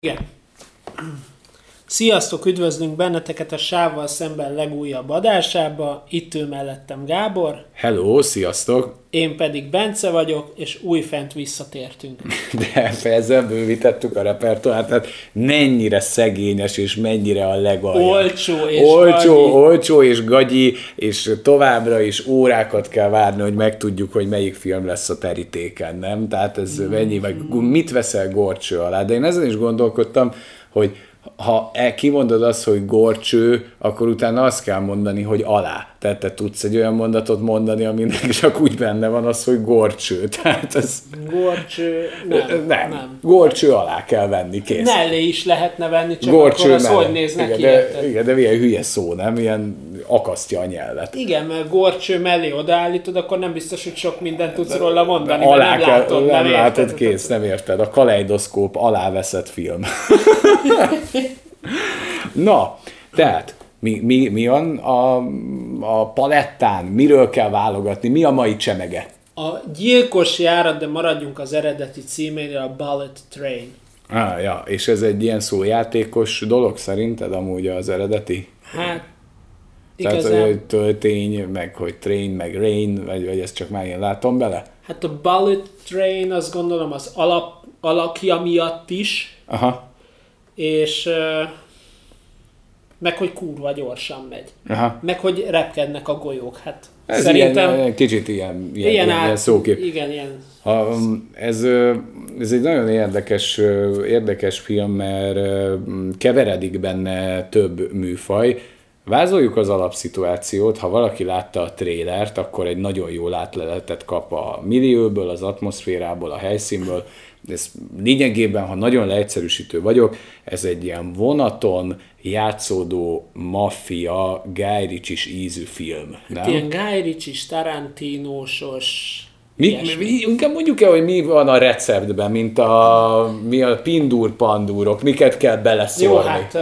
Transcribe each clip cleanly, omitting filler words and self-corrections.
Igen. Sziasztok, üdvözlünk benneteket a Sávval szemben legújabb adásába. Itt ül mellettem Gábor. Hello, sziasztok! Én pedig Bence vagyok, és újfent visszatértünk. De ezzel bővítettük a repertoárt, tehát mennyire szegényes és mennyire a legalja. Olcsó és gagyi, és továbbra is órákat kell várni, hogy megtudjuk, hogy melyik film lesz a terítéken, nem? Tehát ez mennyi, meg mit veszel górcső alá? De én ezen is gondolkodtam, hogy ha kimondod azt, hogy górcső, akkor utána azt kell mondani, hogy alá. Tehát te tudsz egy olyan mondatot mondani, aminek csak úgy benne van az, hogy górcső. Tehát ez... Górcső, nem. Górcső alá kell venni, kész. Mellé is lehetne venni, csak górcső akkor az hogy néz neki? Igen, de milyen hülye szó, nem? Ilyen akasztja a nyelvet. Igen, mert górcső mellé odaállítod, akkor nem biztos, hogy sok mindent tudsz róla mondani, alá mert nem látod, kész, nem érted. A kaleidoszkóp aláveszett film. Na, tehát mi van a palettán? Miről kell válogatni? Mi a mai csemege? A gyilkos járat, de maradjunk az eredeti címére, a Bullet Train. Ja, és ez egy ilyen szójátékos dolog szerinted amúgy az eredeti? Hát, igazán... Tehát, hogy töltény, meg hogy train, meg rain, vagy ezt csak már én látom bele? Hát a Bullet Train, azt gondolom, az alakja miatt is. Aha. És meg hogy kurva gyorsan megy. Aha. Meg hogy repkednek a golyók. Hát ez szerintem ilyen, kicsit ilyen szókép. Igen, ilyen. Ez egy nagyon érdekes film, mert keveredik benne több műfaj. Vázoljuk az alapszituációt, ha valaki látta a trélert, akkor egy nagyon jó átleletet kap a millióből, az atmoszférából, a helyszínből. Ez lényegében, ha nagyon leegyszerűsítő vagyok, ez egy ilyen vonaton játszódó maffia, Guy Ritchie-s ízű film. Nem? Ilyen Guy Ritchie-s, Tarantinósos... Inkább mondjuk el, hogy mi van a receptben, mint mi a pindur-pandúrok, miket kell beleszólni. Jó,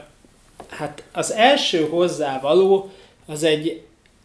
hát az első hozzávaló az egy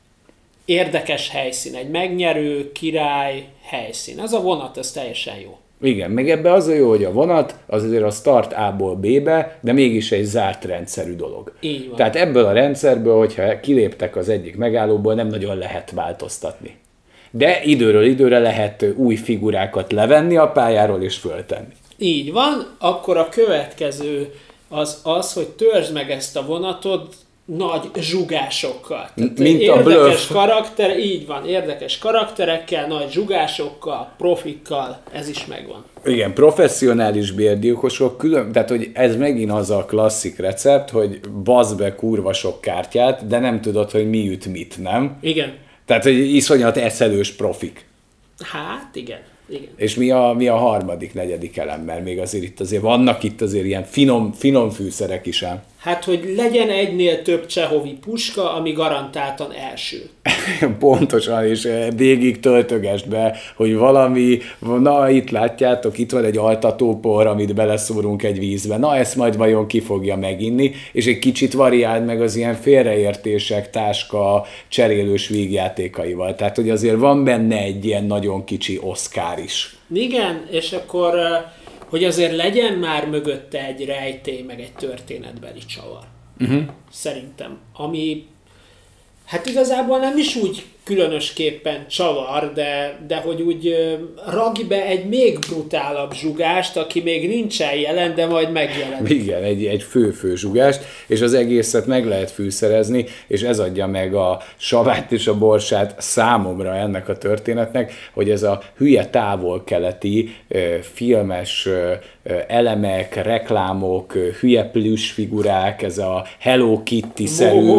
érdekes helyszín, egy megnyerő király helyszín. Az a vonat, az teljesen jó. Igen, meg ebbe az a jó, hogy a vonat az azért a start A-ból B-be, de mégis egy zárt rendszerű dolog. Így van. Tehát ebből a rendszerből, hogyha kiléptek az egyik megállóból, nem nagyon lehet változtatni. De időről időre lehet új figurákat levenni a pályáról és föltenni. Így van, akkor a következő az, hogy törzsd meg ezt a vonatot nagy zsugásokkal. Tehát mint érdekes karakter, így van, érdekes karakterekkel, nagy zsugásokkal, profikkal, ez is megvan. Igen, professzionális bérgyilkosok, tehát hogy ez megint az a klasszik recept, hogy bazd be kurva sok kártyát, de nem tudod, hogy mi üt mit, nem? Igen. Tehát, hogy iszonyat eszelős profik. Hát, igen. Igen. És mi a harmadik, negyedik elem, mert még azért vannak itt azért ilyen finom fűszerek is ám. Hát, hogy legyen egynél több csehovi puska, ami garantáltan első. Pontosan, és végig töltögesd be, hogy valami, na itt látjátok, itt van egy altatópor, amit beleszórunk egy vízbe, na ezt majd vajon ki fogja meginni, és egy kicsit variáld meg az ilyen félreértések, táska, cserélős vígjátékaival. Tehát, hogy azért van benne egy ilyen nagyon kicsi Oscar is. Igen, és akkor... hogy azért legyen már mögötte egy rejtély, meg egy történetbeli csavar. Szerintem. Ami, hát igazából nem is úgy különösképpen csavar, de hogy úgy ragj be egy még brutálabb zsugást, aki még nincsen jelen, de majd megjelenik. Igen, egy fő zsugást, és az egészet meg lehet fűszerezni, és ez adja meg a savát és a borsát számomra ennek a történetnek, hogy ez a hülye távol-keleti filmes elemek, reklámok, hülye plüss figurák, ez a Hello Kitty-szerű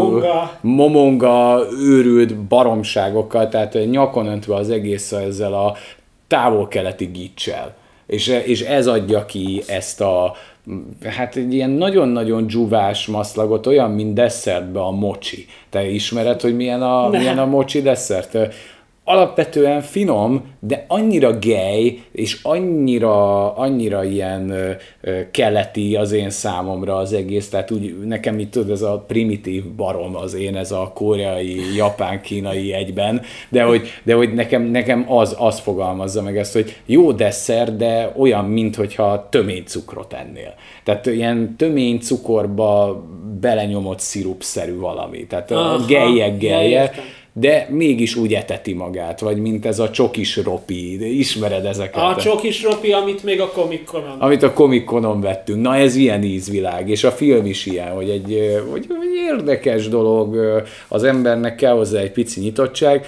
momonga, őrült baromságokkal, tehát nyakon öntve az egész ezzel a távol-keleti gicsel. És ez adja ki ezt hát egy ilyen nagyon-nagyon dzsuvás maszlagot, olyan, mint desszertbe a mocsi. Te ismered, hogy milyen a mocsi desszert? alapvetően finom, de annyira gej, és annyira ilyen keleti az én számomra az egész, tehát úgy nekem itt tudod, ez a primitív barom az én, ez a koreai, japán, kínai egyben, de hogy nekem az fogalmazza meg ezt, hogy jó desszert, de olyan, minthogyha tömény cukrot ennél. Tehát ilyen tömény cukorba belenyomott szirupszerű valami. Tehát a gelje, de mégis úgy eteti magát, vagy mint ez a csokis ropi, ismered ezeket? A csokis ropi, amit még a Comic-Conon. Amit a Comic-Conon vettünk. Na ez ilyen ízvilág, és a film is ilyen, hogy egy érdekes dolog, az embernek kell hozzá egy pici nyitottság,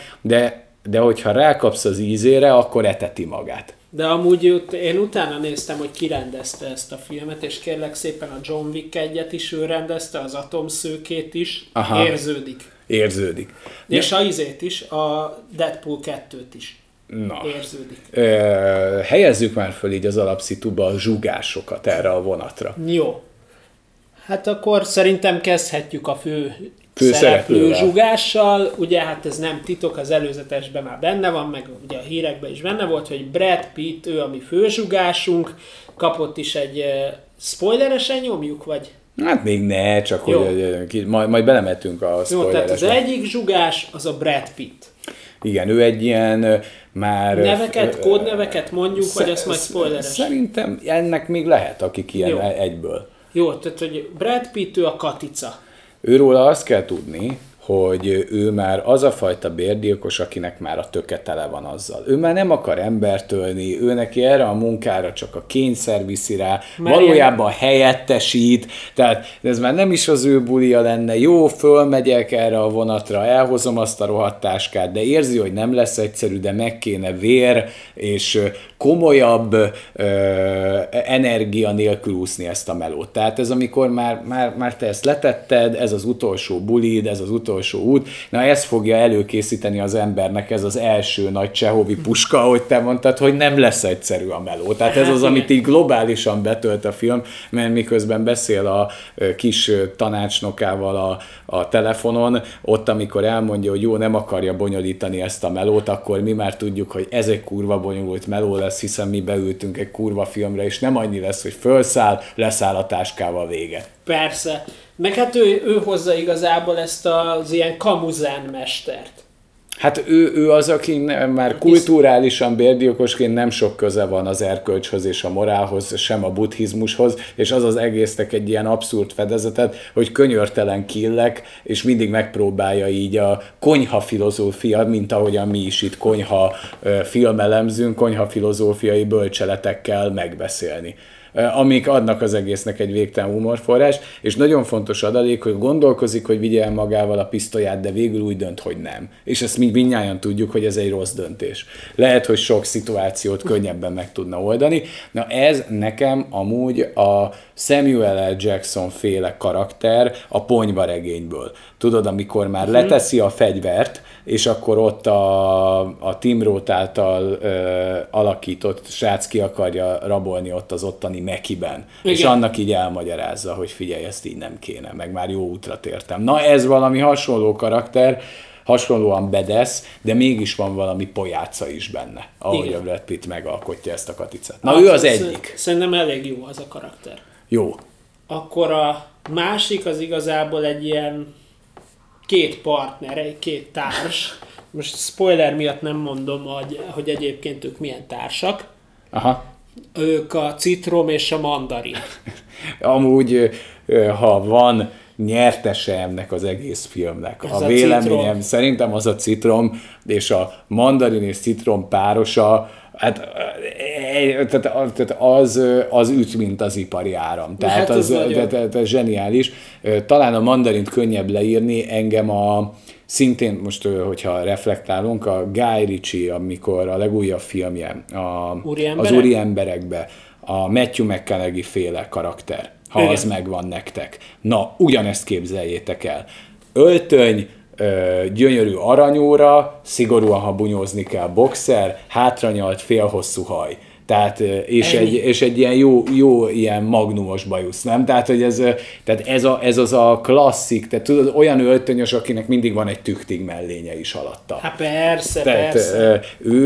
de hogyha rákapsz az ízére, akkor eteti magát. De amúgy én utána néztem, hogy ki rendezte ezt a filmet, és kérlek szépen a John Wick 1-et is ő rendezte, az Atomszőkét is, Aha. Érződik. És a izét is, a Deadpool 2-t is. Na. Érződik. Helyezzük már föl így az alapszituba a zsugásokat erre a vonatra. Jó. Hát akkor szerintem kezdhetjük a fő szereplő zsugással. Ugye hát ez nem titok, az előzetesben már benne van, meg ugye a hírekben is benne volt, hogy Brad Pitt, ő a mi főzsugásunk, kapott is egy spoileresen nyomjuk, vagy? Hát még ne, csak jó. Hogy majd belemetünk a spoileresbe. Jó, tehát az egyik zsugás az a Brad Pitt. Igen, ő egy ilyen már... Neveket, kódneveket mondjuk, vagy azt majd spoileres? Szerintem ennek még lehet, akik ilyen egyből. Jó, tehát hogy Brad Pitt, ő a Katica. Őróla azt kell tudni, hogy ő már az a fajta bérgyilkos, akinek már a töke tele van azzal. Ő már nem akar embert ölni, ő neki erre a munkára csak a kényszer viszi rá, valójában helyettesít, tehát ez már nem is az ő bulia lenne, jó, fölmegyek erre a vonatra, elhozom azt a rohadt táskát, de érzi, hogy nem lesz egyszerű, de meg kéne vér, és komolyabb energia nélkül úszni ezt a melót. Tehát ez amikor már te ezt letetted, ez az utolsó bulid, ez az utolsó út, na ez fogja előkészíteni az embernek, ez az első nagy Csehovi puska, ahogy te mondtad, hogy nem lesz egyszerű a meló. Tehát ez az, amit így globálisan betölt a film, mert miközben beszél a kis tanácsnokával a telefonon, ott amikor elmondja, hogy jó, nem akarja bonyolítani ezt a melót, akkor mi már tudjuk, hogy ez egy kurva bonyolult meló lesz, hiszen mi beültünk egy kurva filmre, és nem annyi lesz, hogy fölszáll, leszáll a táskával, vége. Persze. Meg hát ő hozza igazából ezt az ilyen kamuzán mestert. Hát ő az, aki már kulturálisan bérgyilkosként nem sok köze van az erkölcshöz és a morálhoz, sem a buddhizmushoz, és az egésznek egy ilyen abszurd fedezetet, hogy könyörtelen killek, és mindig megpróbálja így a konyha filozófia, mint ahogyan mi is itt konyha filmelemzünk, konyha filozófiai bölcseletekkel megbeszélni, amik adnak az egésznek egy végtelen humorforrás, és nagyon fontos adalék, hogy gondolkozik, hogy vigye el magával a pisztolyát, de végül úgy dönt, hogy nem. És ezt mi mindnyájan tudjuk, hogy ez egy rossz döntés. Lehet, hogy sok szituációt könnyebben meg tudna oldani. Na ez nekem amúgy a Samuel L. Jackson féle karakter a Ponyvaregényből. Tudod, amikor már leteszi a fegyvert, és akkor ott a Tim Roth által alakított srác ki akarja rabolni ott az ottani Mekiben. Igen. És annak így elmagyarázza, hogy figyelj, ezt így nem kéne, meg már jó útra tértem. Na ez valami hasonló karakter, hasonlóan bedesz, de mégis van valami pojáca is benne, ahogy igen. A Brad Pitt megalkotja ezt a katicát. Na ő az egyik. Szerintem elég jó az a karakter. Jó. Akkor a másik az igazából egy ilyen két partner, két társ. Most spoiler miatt nem mondom, hogy egyébként ők milyen társak. Aha. Ők a citrom és a mandarin. Amúgy, ha van nyertese ennek az egész filmnek, a véleményem szerintem az a citrom, és a mandarin és citrom párosa, hát tehát az üt, mint az ipari áram. Tehát hát az zseniális. Talán a mandarint könnyebb leírni, engem szintén most, hogyha reflektálunk, a Guy Ritchie, amikor a legújabb filmje, az Úri emberekbe, a Matthew McConaughey féle karakter, ha igen. Az megvan nektek. Na, ugyanezt képzeljétek el. Öltöny, gyönyörű aranyóra, szigorúan, ha bunyózni kell, boxer, hátranyalt, félhosszú haj. Tehát, és egy ilyen jó ilyen magnumos bajusz, nem? Tehát, hogy ez az a klasszik, tehát tudod, olyan öltönyös, akinek mindig van egy tüktig mellénye is alatta. Hát persze, tehát, persze.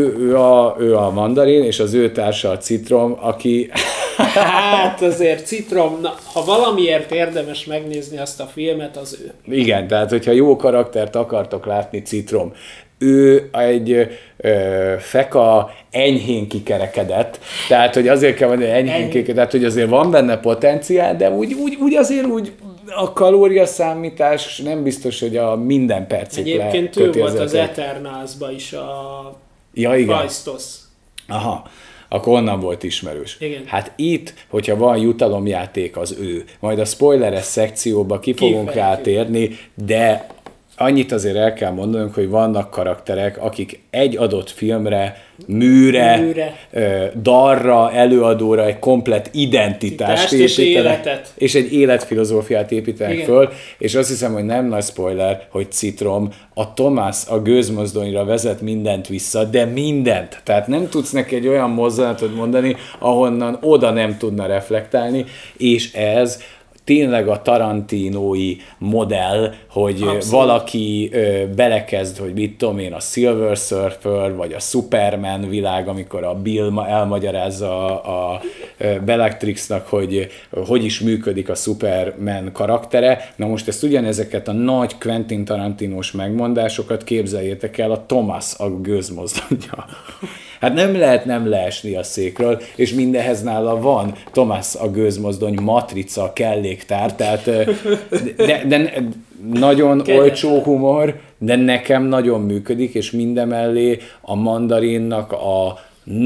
Ő a mandarin, és az ő társa a citrom, aki... Hát azért citrom, ha valamiért érdemes megnézni azt a filmet, az ő. Igen, tehát hogyha jó karaktert akartok látni, citrom. Ő egy feka enyhén kikerekedett, tehát hogy azért kell mondani, enyhén kikerekedett, tehát hogy azért van benne potenciál, de úgy azért a kalóriaszámítás nem biztos, hogy a minden percét egyébként ő volt az Eternals-ba is a Faistos. Aha. Akkor onnan volt ismerős. Igen. Hát itt, hogyha van jutalomjáték, az ő. Majd a spoileres szekcióba ki fogunk rátérni, de annyit azért el kell mondanunk, hogy vannak karakterek, akik egy adott filmre, műre. Dalra, előadóra egy komplett identitást építenek, és egy életfilozófiát építenek föl, és azt hiszem, hogy nem nagy spoiler, hogy Citrom a Thomas a gőzmozdonyra vezet mindent vissza, de mindent. Tehát nem tudsz neki egy olyan mozzanatot mondani, ahonnan oda nem tudna reflektálni, és ez tényleg a tarantinói modell, hogy abszolút. Valaki belekezd, hogy mit tudom én, a Silver Surfer, vagy a Superman világ, amikor a Bill elmagyarázza a Bellatrixnak, hogy is működik a Superman karaktere. Na most ezt ugyanezeket a nagy Quentin Tarantinos megmondásokat képzeljétek el a Thomas a gőzmozdonnyal. Hát nem lehet nem leesni a székről, és mindehez nála van Thomas a gőzmozdony matrica kelléktár, tehát de nagyon olcsó humor, de nekem nagyon működik, és mindemellé a mandarinnak a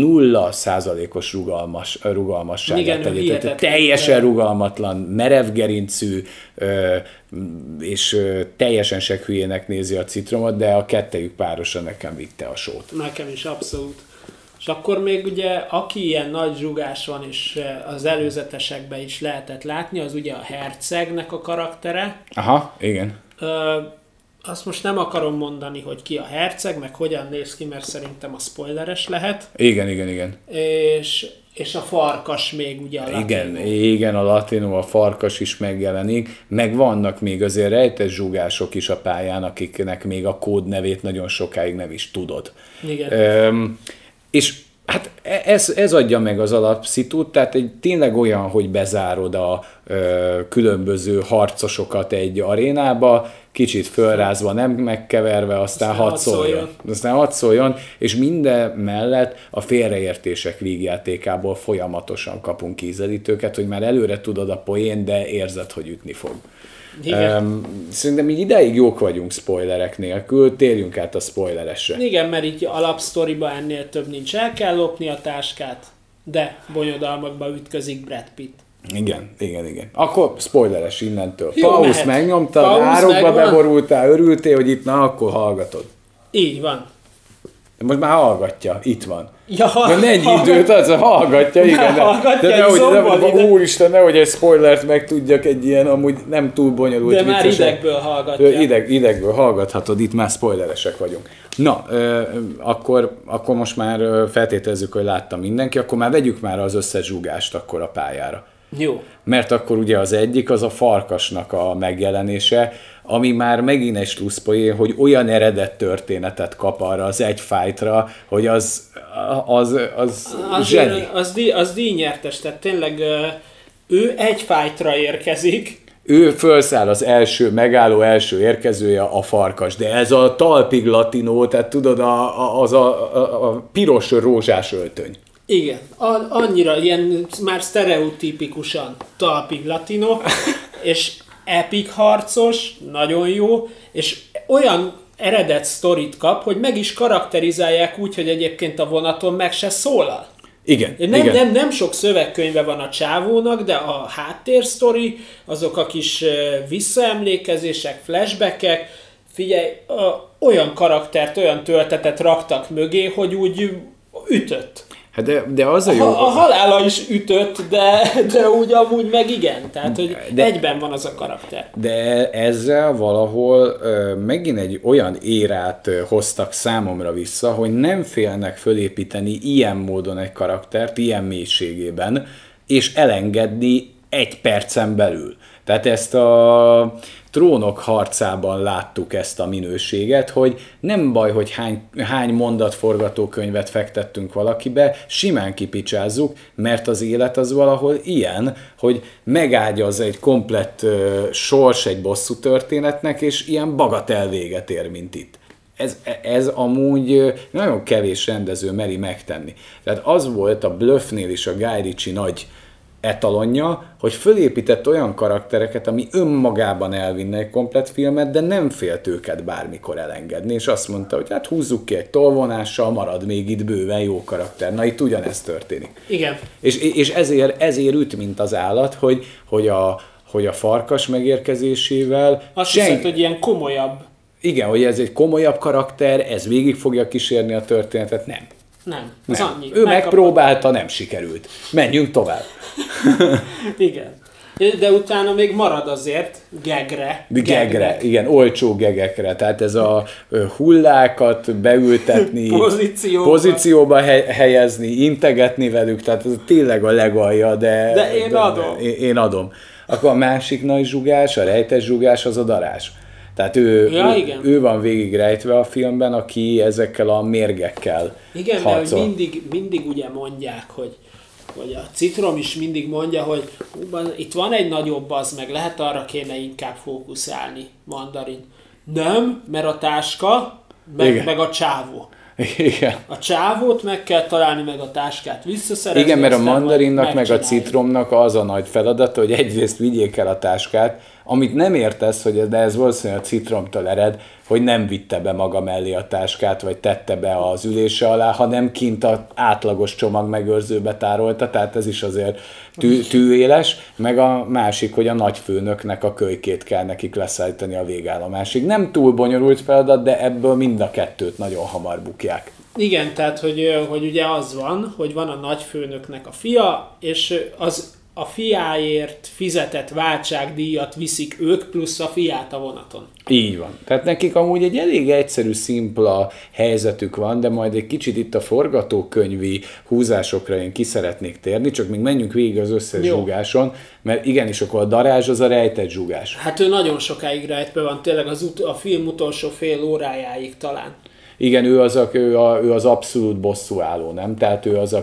0%-os rugalmasságát. Igen, teljesen rugalmatlan, merevgerincű, és teljesen seghülyének nézi a citromot, de a kettejük párosa nekem vitte a sót. Nekem is abszolút. És akkor még ugye, aki ilyen nagy zsugás van, és az előzetesekben is lehetett látni, az ugye a hercegnek a karaktere. Aha, igen. Azt most nem akarom mondani, hogy ki a herceg, meg hogyan néz ki, mert szerintem a spoileres lehet. Igen. És a farkas még ugye a latino. Igen, a latino, a farkas is megjelenik, meg vannak még azért rejtett zsugások is a pályán, akiknek még a kódnevét nagyon sokáig nem is tudod. Igen. És hát ez adja meg az alapszitút, tehát tényleg olyan, hogy bezárod a különböző harcosokat egy arénába, kicsit fölrázva, nem megkeverve, aztán hadd szóljon, és minden mellett a félreértések vígjátékából folyamatosan kapunk ízelítőket, hogy már előre tudod a poén, de érzed, hogy ütni fog. Szerintem így ideig jók vagyunk spoilerek nélkül, térjünk át a spoileresre. Igen, mert így alapsztoriba ennél több nincs. El kell lopni a táskát, de bonyodalmakba ütközik Brad Pitt. Igen. Akkor spoileres innentől. Pausz megnyomtad, árokba beborultál, örültél, hogy itt, na akkor hallgatod. Így van. Most már hallgatja, itt van. Ja, mennyi időt az, hallgatja, igen. Úristen, nehogy egy spoilert megtudjak, egy ilyen amúgy nem túl bonyolult. De már idegből hallgatja. Idegből hallgathatod, itt már spoileresek vagyunk. Na, akkor most már feltételezzük, hogy látta mindenki, akkor már vegyük már az összes zsugást akkor a pályára. Jó. Mert akkor ugye az egyik, az a farkasnak a megjelenése, ami már megint egy slusszpoén, hogy olyan eredet történetet kap arra az egy fightra, hogy az zseni. Az díjnyertes, tehát tényleg ő egy fightra érkezik. Ő felszáll az megálló első érkezője a farkas, de ez a talpig latinó, tehát tudod, az a piros rózsás öltöny. Igen, annyira ilyen már sztereotipikusan talpig latino, és epic harcos, nagyon jó, és olyan eredet sztorit kap, hogy meg is karakterizálják úgy, hogy egyébként a vonaton meg se szólal. Igen. Nem sok szövegkönyve van a csávónak, de a háttérsztori, azok a kis visszaemlékezések, flashbackek, figyelj, olyan karaktert, olyan töltetet raktak mögé, hogy úgy ütött. Hát de az a jó... A halála is ütött, de úgy amúgy meg igen. Tehát, hogy egyben van az a karakter. De ezzel valahol megint egy olyan érát hoztak számomra vissza, hogy nem félnek fölépíteni ilyen módon egy karaktert, ilyen mélységében, és elengedni 1 percen belül. Tehát ezt a Trónok harcában láttuk ezt a minőséget, hogy nem baj, hogy hány mondat forgatókönyvet fektettünk valakibe, simán kipicsázzuk, mert az élet az valahol ilyen, hogy megágyaz egy komplett sors egy bosszú történetnek, és ilyen bagatel véget ér, mint itt. Ez amúgy nagyon kevés rendező meri megtenni. Tehát az volt a Bluffnél is a Guy Ritchie nagy etalonja, hogy fölépített olyan karaktereket, ami önmagában elvinne egy komplett filmet, de nem félt őket bármikor elengedni, és azt mondta, hogy hát húzzuk ki egy tolvonással, marad még itt bőven jó karakter. Na itt ugyanezt történik. Igen. És ezért üt, mint az állat, hogy a farkas megérkezésével... Azt hiszed, hogy ilyen komolyabb. Igen, hogy ez egy komolyabb karakter, ez végig fogja kísérni a történetet, nem. Nem, az annyi. Ő megpróbálta, nem sikerült. Menjünk tovább. Igen. De utána még marad azért gegre. Igen, olcsó gegekre. Tehát ez a hullákat beültetni, pozícióba helyezni, integetni velük, tehát ez tényleg a legalja, de én adom. Akkor a másik nagy zsugás, a rejtes zsugás az a darázs. Tehát ő van végig rejtve a filmben, aki ezekkel a mérgekkel igen, harcol. mert mindig ugye mondják, hogy a Citrom is mindig mondja, hogy itt van egy nagyobb az, meg lehet arra kéne inkább fókuszálni, Mandarin. Nem, mert a táska, meg a csávó. Igen. A csávót meg kell találni, meg a táskát visszaszerezni. Igen, mert a Mandarinnak meg a Citromnak az a nagy feladata, hogy egyrészt vigyék el a táskát, amit nem értesz, de ez valószínűleg a Citromtól ered, hogy nem vitte be maga mellé a táskát, vagy tette be az ülése alá, hanem kint az átlagos csomagmegőrzőbe tárolta, tehát ez is azért tűéles, meg a másik, hogy a nagyfőnöknek a kölykét kell nekik leszállítani a végállomásig. Nem túl bonyolult feladat, de ebből mind a kettőt nagyon hamar bukják. Igen, tehát hogy ugye az van, hogy van a nagyfőnöknek a fia, és a fiáért fizetett váltságdíjat viszik ők, plusz a fiát a vonaton. Így van. Tehát nekik amúgy egy elég egyszerű, szimpla helyzetük van, de majd egy kicsit itt a forgatókönyvi húzásokra én ki szeretnék térni, csak még menjünk végig az összes zsugáson, mert igenis akkor a darázs az a rejtett zsugás. Hát ő nagyon sokáig rejtve van, tényleg a film utolsó fél órájáig talán. Igen, ő az abszolút bosszúálló, nem? Tehát ő az,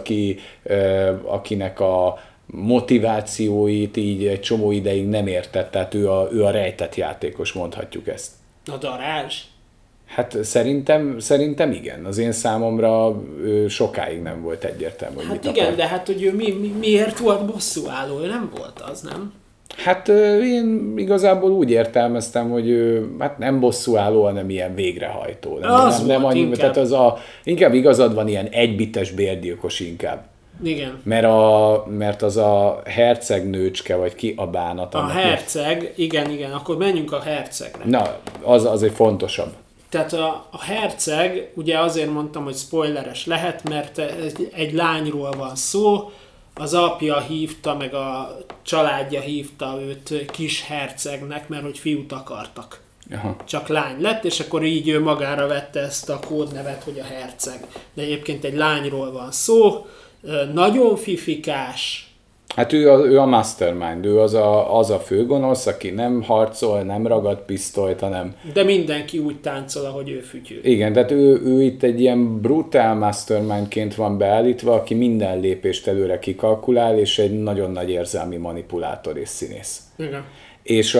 akinek a motivációit így egy csomó ideig nem értett, tehát ő a rejtett játékos, mondhatjuk ezt. A darázs? Hát szerintem igen. Az én számomra sokáig nem volt egyértelmű, hogy hát mit igen, akar. De hát hogy ő miért volt bosszúálló? Ő nem volt az, nem? Hát én igazából úgy értelmeztem, hogy ő hát nem bosszúálló, hanem ilyen végrehajtó. Nem annyi, inkább. Tehát inkább igazad van, ilyen egybites bérgyilkos inkább. Igen. Mert az a hercegnőcske, vagy ki a bánat. A herceg, igen, akkor menjünk a hercegre. Na, az egy fontosabb. Tehát a herceg, ugye azért mondtam, hogy spoileres lehet, mert egy lányról van szó, az apja hívta, meg a családja hívta őt kis hercegnek, mert hogy fiút akartak. Aha. Csak lány lett, és akkor így ő magára vette ezt a kódnevet, hogy a herceg. De egyébként egy lányról van szó, nagyon fifikás. Hát ő a mastermind, ő az a főgonosz, aki nem harcol, nem ragad pisztolyt, hanem... De mindenki úgy táncol, ahogy ő fütyül. Igen, tehát ő itt egy ilyen brutál mastermindként van beállítva, aki minden lépést előre kikalkulál, és egy nagyon nagy érzelmi manipulátor és színész. Igen. És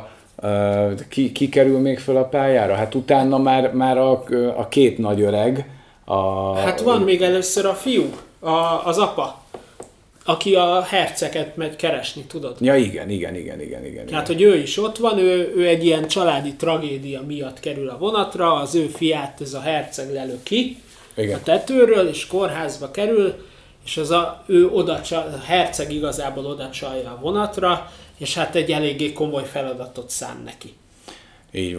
ki kerül még fel a pályára? Hát utána már a két nagy öreg. Hát van még először a fiú, az apa, aki a herceget megy keresni, tudod? Ja, igen. Tehát, hogy ő is ott van, ő egy ilyen családi tragédia miatt kerül a vonatra, az ő fiát ez a herceg lelő ki a tetőről, és kórházba kerül, és a herceg igazából oda csalja a vonatra, és hát egy eléggé komoly feladatot szán neki. Így van.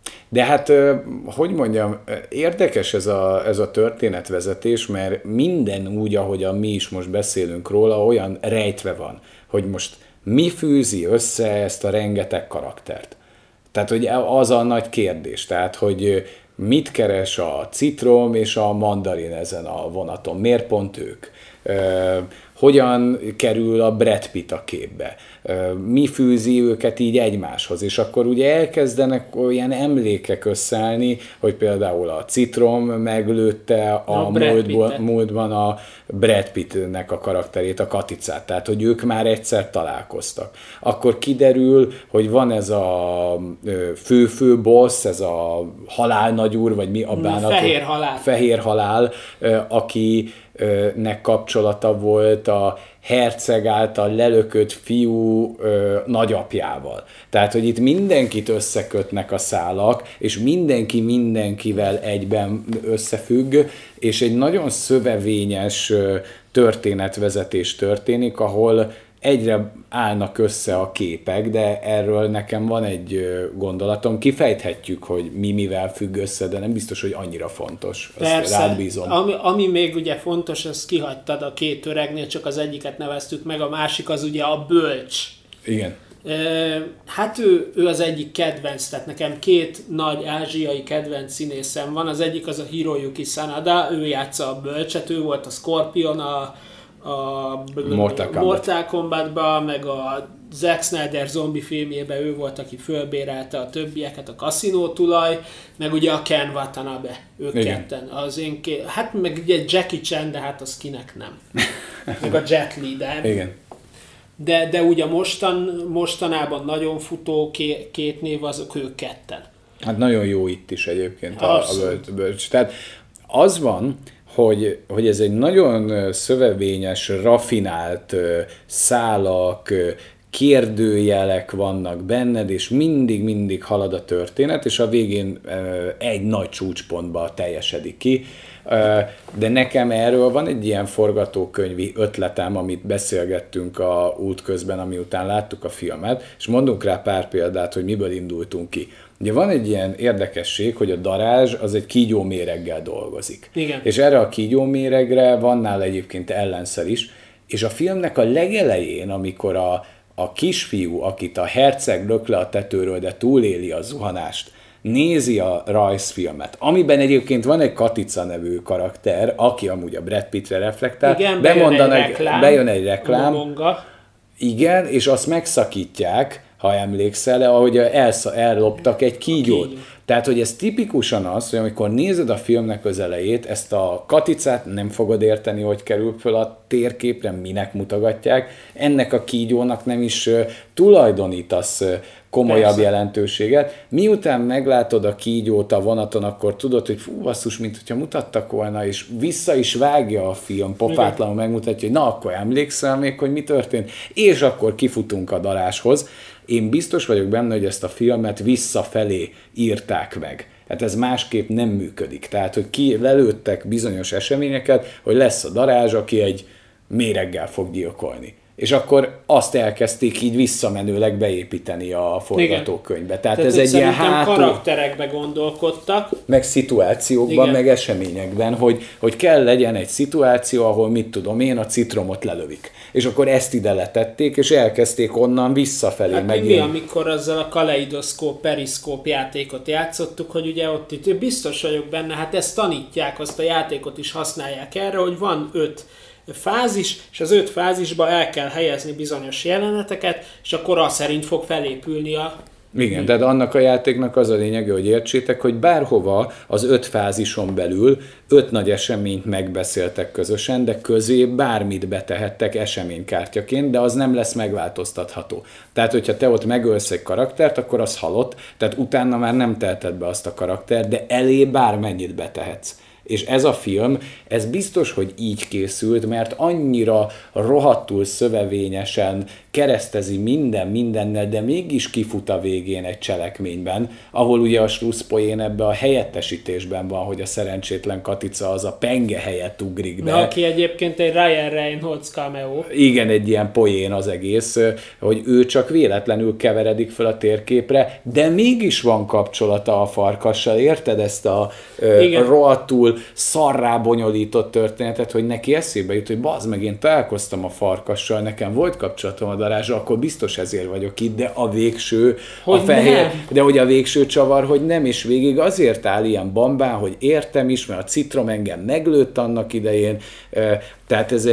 De hát, hogy mondjam, érdekes ez a történetvezetés, mert minden úgy, ahogyan mi is most beszélünk róla, olyan rejtve van, hogy most mi fűzi össze ezt a rengeteg karaktert. Tehát, hogy az a nagy kérdés, tehát, hogy mit keres a citrom és a mandarin ezen a vonaton, miért pont ők? Hogyan kerül a Brad Pitt a képbe, mi fűzi őket így egymáshoz, és akkor ugye elkezdenek olyan emlékek összeállni, hogy például a citrom meglőtte a múltban a Brad Pittnek a karakterét, a Katicát, tehát hogy ők már egyszer találkoztak. Akkor kiderül, hogy van ez a fő boss, ez a halálnagyúr, vagy mi a bánatot? Fehér halál, akinek kapcsolata volt a herceg által lelökött fiú nagyapjával. Tehát, hogy itt mindenkit összekötnek a szálak, és mindenki mindenkivel egyben összefügg, és egy nagyon szövevényes történetvezetés történik, ahol egyre állnak össze a képek, de erről nekem van egy gondolatom. Kifejthetjük, hogy mi mivel függ össze, de nem biztos, hogy annyira fontos. Persze. Rád bízom. Ami még ugye fontos, ezt kihagytad a két öregnél, csak az egyiket neveztük meg, a másik az ugye a bölcs. Igen. Hát ő az egyik kedvenc, tehát nekem két nagy ázsiai kedvenc színészem van. Az egyik az a Hiroyuki Sanada, ő játsza a bölcset, ő volt a Scorpion a Mortal Kombatban, meg a Zack Snyder zombi filmjében ő volt, aki fölbérelte a többieket, a kaszinó tulaj, meg ugye a Ken Watanabe, ők ketten. Az hát meg ugye Jackie Chan, de hát az kinek nem. Meg a Jet Li, de ugye mostanában nagyon futó két név azok ők ketten. Hát nagyon jó itt is egyébként a bölcs. Tehát az van, hogy ez egy nagyon szövevényes, rafinált szálak, kérdőjelek vannak benned, és mindig halad a történet, és a végén egy nagy csúcspontba teljesedik ki. De nekem erről van egy ilyen forgatókönyvi ötletem, amit beszélgettünk a útközben, amiután láttuk a filmet, és mondunk rá pár példát, hogy miből indultunk ki. Ugye van egy ilyen érdekesség, hogy a darázs az egy kígyóméreggel dolgozik. Igen. És erre a kígyóméregre van nála egyébként ellenszer is, és a filmnek a legelején, amikor a kisfiú, akit a herceg lök le a tetőről, de túléli a zuhanást, nézi a rajzfilmet, amiben egyébként van egy Katica nevű karakter, aki amúgy a Brad Pittre reflektál. Igen, bejön egy reklám. Igen, és azt megszakítják, ha emlékszel, ahogy elloptak egy kígyót. Tehát, hogy ez tipikusan az, hogy amikor nézed a filmnek az elejét, ezt a Katicát nem fogod érteni, hogy kerül föl a térképre, minek mutogatják. Ennek a kígyónak nem is tulajdonítasz komolyabb jelentőséget. Miután meglátod a kígyót a vonaton, akkor tudod, hogy fú, basszus, mint hogyha mutattak volna, és vissza is vágja a film, pofátlanul megmutatja, hogy na, akkor emlékszel még, hogy mi történt, és akkor kifutunk a daráshoz. Én biztos vagyok benne, hogy ezt a filmet visszafelé írták meg. Hát ez másképp nem működik. Tehát, hogy lelőttek bizonyos eseményeket, hogy lesz a darázs, aki egy méreggel fog gyilkolni. És akkor azt elkezdték így visszamenőleg beépíteni a forgatókönyvbe. Tehát ez egy ilyen karakterekbe gondolkodtak. Meg szituációkban, meg eseményekben, hogy kell legyen egy szituáció, ahol mit tudom én, a citromot lelövik. És akkor ezt ide letették, és elkezdték onnan visszafelé hát mi, amikor azzal a kaleidoszkóp, periszkóp játékot játszottuk, hogy ugye ott itt biztos vagyok benne, hát ezt tanítják, azt a játékot is használják erre, hogy van 5 fázis, és az 5 fázisba el kell helyezni bizonyos jeleneteket, és akkor az szerint fog felépülni a... Igen, tehát annak a játéknak az a lényege, hogy értsétek, hogy bárhova az 5 fázison belül 5 nagy eseményt megbeszéltek közösen, de közé bármit betehettek eseménykártyaként, de az nem lesz megváltoztatható. Tehát, hogyha te ott megölsz egy karaktert, akkor az halott, tehát utána már nem teheted be azt a karaktert, de elé bármennyit betehetsz. És ez a film, ez biztos, hogy így készült, mert annyira rohadtul szövevényesen keresztezi mindennel, de mégis kifut a végén egy cselekményben, ahol ugye a slusszpoén ebbe a helyettesítésben van, hogy a szerencsétlen Katica az a penge helyett ugrik be. Aki egyébként egy Ryan Reynolds cameo. Igen, egy ilyen poén az egész, hogy ő csak véletlenül keveredik fel a térképre, de mégis van kapcsolata a farkassal, érted ezt a rohadtul szarrá bonyolított történetet, hogy neki eszébe jut, hogy bazd meg, én találkoztam a farkassal, nekem volt kapcsolatom a darázsra, akkor biztos ezért vagyok itt, de a végső, hogy a fehér, nem. de hogy a végső csavar, hogy nem, és végig azért áll ilyen bambán, hogy értem is, mert a citrom engem meglőtt annak idején, tehát ez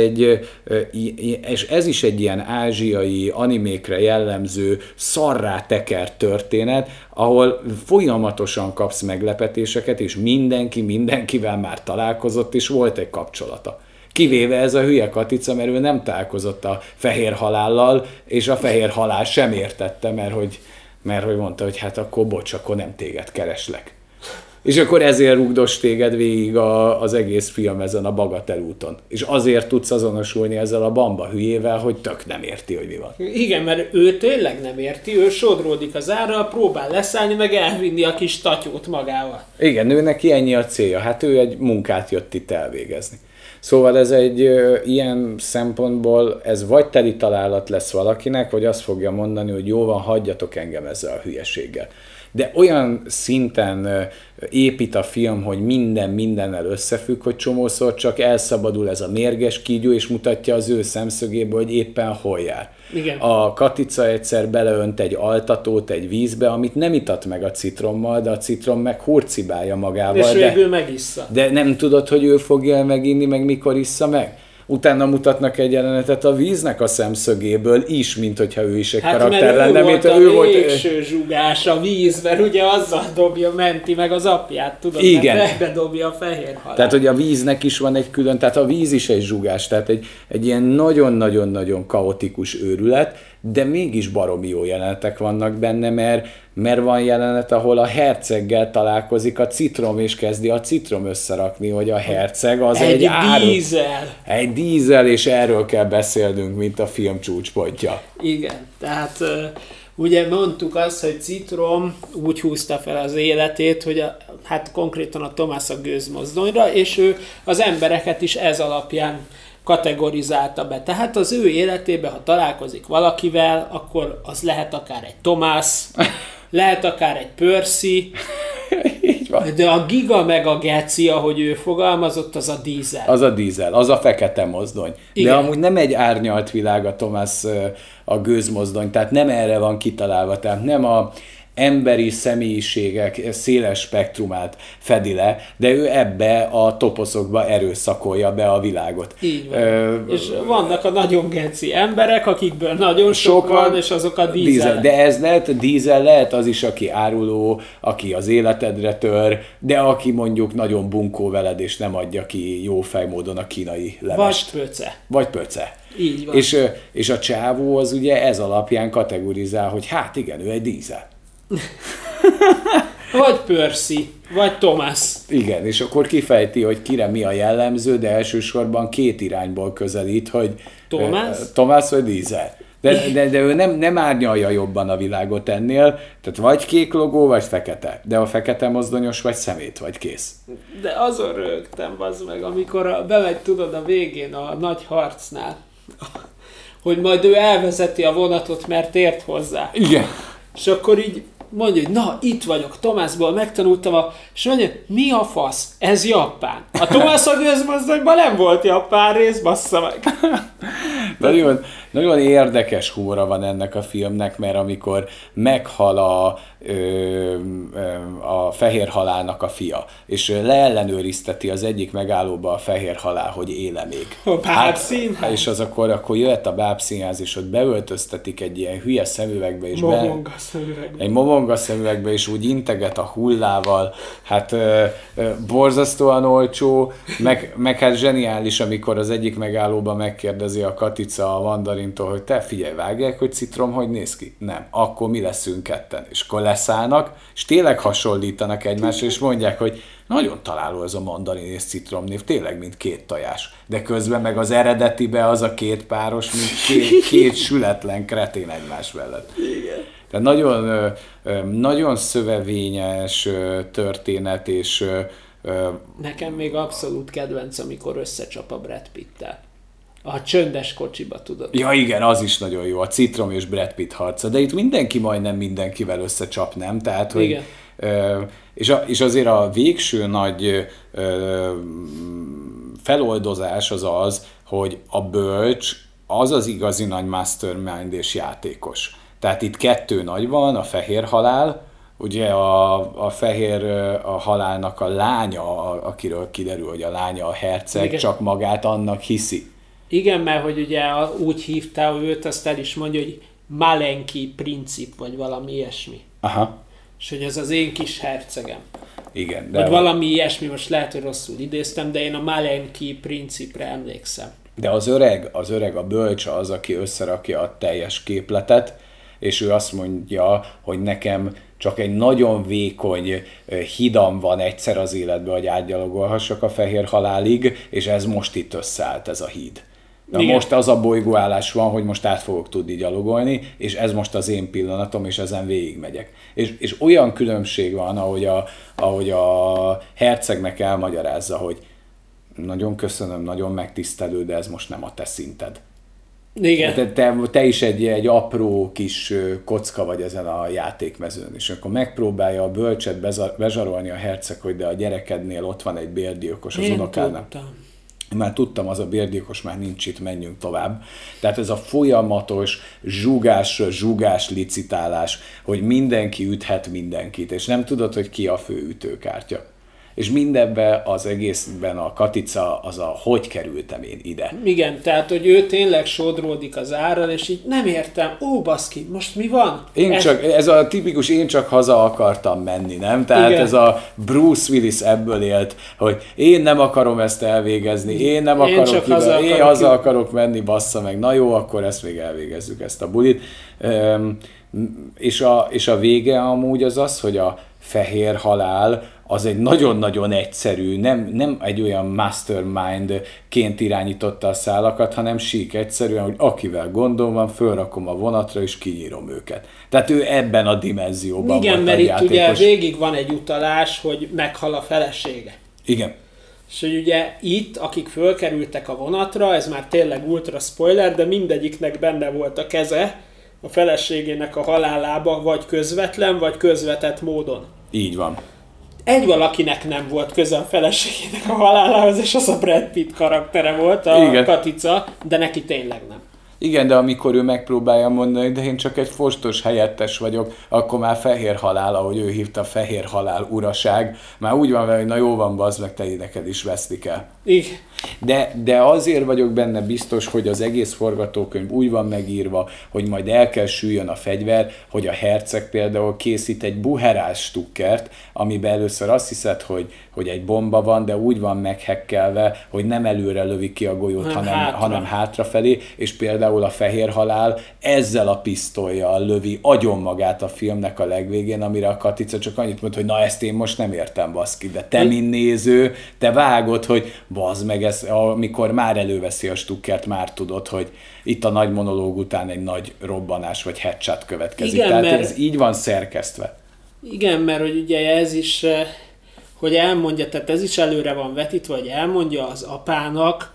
és ez is egy ilyen ázsiai animékre jellemző szarrá tekert történet, ahol folyamatosan kapsz meglepetéseket, és mindenki mindenkivel már találkozott, és volt egy kapcsolata. Kivéve ez a hülye Katica, mert ő nem találkozott a fehér halállal, és a fehér halál sem értette, mert hogy mondta, hogy hát akkor bocs, akkor nem téged kereslek. És akkor ezért rugdos téged végig az egész film ezen a Bagatel úton. És azért tudsz azonosulni ezzel a bamba hülyével, hogy tök nem érti, hogy mi van. Igen, mert ő tényleg nem érti, ő sodródik az árral, próbál leszállni, meg elvinni a kis tatyót magával. Igen, ő neki ennyi a célja. Hát ő egy munkát jött itt elvégezni. Szóval ez egy ilyen szempontból, ez vagy teli találat lesz valakinek, vagy azt fogja mondani, hogy jó van, hagyjatok engem ezzel a hülyeséggel. De olyan szinten épít a film, hogy minden mindennel összefügg, hogy csomószor csak elszabadul ez a mérges kígyó, és mutatja az ő szemszögéből, hogy éppen hol jár. Igen. A Katica egyszer beleönt egy altatót egy vízbe, amit nem itat meg a citrommal, de a citrom meg hurcibálja magával. És végül megissza. De nem tudod, hogy ő fogja meginni, meg mikor issza meg? Utána mutatnak egy jelenetet a víznek a szemszögéből is, mint hogyha ő is egy karakter lenne. Hát mert ő volt a végső zsugás a víz, mert ugye azzal dobja Menti meg az apját, tudod, igen. Mert bedobja a fehér halált. Tehát, hogy a víznek is van egy külön, tehát a víz is egy zsugás, tehát egy ilyen nagyon-nagyon-nagyon kaotikus őrület, de mégis baromi jó jelenetek vannak benne, mert van jelenet, ahol a herceggel találkozik a citrom, és kezdi a citrom összerakni, hogy a herceg az egy dízel. Egy dízel, és erről kell beszélnünk, mint a film csúcspontja. Igen, tehát ugye mondtuk azt, hogy Citrom úgy húzta fel az életét, hogy hát konkrétan a Thomas a gőzmozdonyra, és ő az embereket is ez alapján kategorizálta be. Tehát az ő életében, ha találkozik valakivel, akkor az lehet akár egy Thomas, lehet akár egy Percy, de a giga meg a geci, ahogy ő fogalmazott, az a dízel. Az a dízel, az a fekete mozdony. Igen. De amúgy nem egy árnyalt világ a Thomas a gőzmozdony, tehát nem erre van kitalálva, tehát nem a emberi személyiségek széles spektrumát fedi le, de ő ebbe a toposzokba erőszakolja be a világot. Így van. És vannak a nagyon geci emberek, akikből nagyon sok van, és azok a dízel. De ez lehet, a dízel lehet az is, aki áruló, aki az életedre tör, de aki mondjuk nagyon bunkó veled, és nem adja ki jó fejmódon a kínai levest. Vagy pöce. Így van. És a csávó az ugye ez alapján kategorizál, hogy hát igen, ő egy dízel. Vagy Percy, vagy Thomas. Igen, és akkor kifejti, hogy kire mi a jellemző, de elsősorban két irányból közelít, hogy Thomas vagy Diesel. De ő nem árnyalja jobban a világot ennél, tehát vagy kék logó, vagy fekete. De a fekete mozdonyos, vagy szemét, vagy kész. De azon rögtem, bazd meg, amikor bemegy, tudod, a végén a nagy harcnál, hogy majd ő elvezeti a vonatot, mert ért hozzá. Igen. És akkor így mondja, hogy na, itt vagyok, Thomasból megtanultam, és mondja, mi a fasz? Ez Japán. A Thomas a gőzmozdonyban nem volt japán rész, bassza meg. Nagyon érdekes humora van ennek a filmnek, mert amikor meghal a fehér halálnak a fia, és leellenőrizteti az egyik megállóba a fehér halál, hogy éle még. A bábszínház. És az akkor jöhet a bábszínház, és ott beöltöztetik egy ilyen hülye szemüvegbe, és egy momonga szemüvegbe, és úgy integet a hullával. Hát borzasztóan olcsó, meg hát zseniális, amikor az egyik megállóba megkérdezi a Katica a Mandarintól, hogy te figyelj, vágják, hogy Citrom hogy néz ki? Nem. Akkor mi leszünk ketten. És akkor leszállnak, és tényleg hasonlítanak egymásra, és mondják, hogy nagyon találó ez a Mandarin és Citrom név, tényleg mint két tojás. De közben meg az eredetibe az a két páros, mint két sületlen kretén egymás mellett. Igen. Tehát nagyon, nagyon szövevényes történet, és nekem még abszolút kedvenc, amikor összecsap a Brad Pitt-tel. A csöndes kocsiba, tudod. Ja igen, az is nagyon jó, a Citrom és Brad Pitt harca, de itt mindenki majdnem mindenkivel összecsap, nem? Tehát, hogy, igen. És azért a végső nagy feloldozás az, hogy a bölcs az az igazi nagy mastermind és játékos. Tehát itt kettő nagy van, a fehér halál, ugye a fehér a halálnak a lánya, akiről kiderül, hogy a lánya a herceg, igen. Csak magát annak hiszi. Igen, mert hogy ugye úgy hívta őt, azt el is mondja, hogy Malenki princip, vagy valami ilyesmi. Aha. És hogy ez az én kis hercegem. Igen. Vagy valami ilyesmi, most lehet, hogy rosszul idéztem, de én a Malenki principre emlékszem. De az öreg, a bölcs az, aki összerakja a teljes képletet, és ő azt mondja, hogy nekem csak egy nagyon vékony hidam van egyszer az életben, hogy átgyalogolhassak a fehér halálig, és ez most itt összeállt, ez a híd. Na most az a bolygóállás van, hogy most át fogok tudni gyalogolni, és ez most az én pillanatom, és ezen végigmegyek. És olyan különbség van, ahogy a hercegnek elmagyarázza, hogy nagyon köszönöm, nagyon megtisztelő, de ez most nem a te szinted. Igen. Te is egy apró kis kocka vagy ezen a játékmezőn, és akkor megpróbálja a bölcset bezsarolni a herceg, hogy de a gyerekednél ott van egy bérgyilkos az unokádnak. Már tudtam, az a bérgyilkos már nincs itt, menjünk tovább. Tehát ez a folyamatos zsugás licitálás, hogy mindenki üthet mindenkit, és nem tudod, hogy ki a fő ütőkártya. És mindebben az egészben a Katica az a hogy kerültem én ide. Igen, tehát, hogy ő tényleg sodródik az árral, és így nem értem, ó baszki, most mi van? Ez a tipikus én csak haza akartam menni, nem? Tehát igen. Ez a Bruce Willis ebből élt, hogy én nem akarom ezt elvégezni, én haza akarok menni, bassza meg, na jó, akkor ezt még elvégezzük, ezt a bulit. És a vége amúgy az, hogy a fehér halál az egy nagyon-nagyon egyszerű, nem egy olyan mastermind-ként irányította a szálakat, hanem sík egyszerűen, hogy akivel gondom van, fölrakom a vonatra és kinyírom őket. Tehát ő ebben a dimenzióban igen, volt mert a játékos. Itt ugye végig van egy utalás, hogy meghal a felesége. Igen. És hogy ugye itt, akik fölkerültek a vonatra, ez már tényleg ultra spoiler, de mindegyiknek benne volt a keze a feleségének a halálába, vagy közvetlen, vagy közvetett módon. Így van. Egy valakinek nem volt köze a feleségének a halálához, és az a Brad Pitt karaktere volt, a igen. Katica, de neki tényleg nem. Igen, de amikor ő megpróbálja mondani, de én csak egy fostos helyettes vagyok, akkor már fehér halál, ahogy ő hívta, fehér halál uraság, már úgy van vele, hogy na jó van, bazd meg, te neked is veszni kell. Igen. De azért vagyok benne biztos, hogy az egész forgatókönyv úgy van megírva, hogy majd el kell süljön a fegyver, hogy a herceg például készít egy buherás stukkert, amiben először azt hiszed, hogy egy bomba van, de úgy van meghekkelve, hogy nem előre lövi ki a golyót, hanem hátrafelé, és például a fehér halál ezzel a pisztollyal lövi agyon magát a filmnek a legvégén, amire a Katica csak annyit mond, hogy na ezt én most nem értem, baszki, de te mint néző, te vágod, hogy bazd meg, amikor már előveszi a stukkert, már tudod, hogy itt a nagy monológ után egy nagy robbanás vagy headshot következik. Igen, tehát mert ez így van szerkesztve. Igen, mert hogy ugye ez is, hogy elmondja, tehát ez is előre van vetítve, hogy elmondja az apának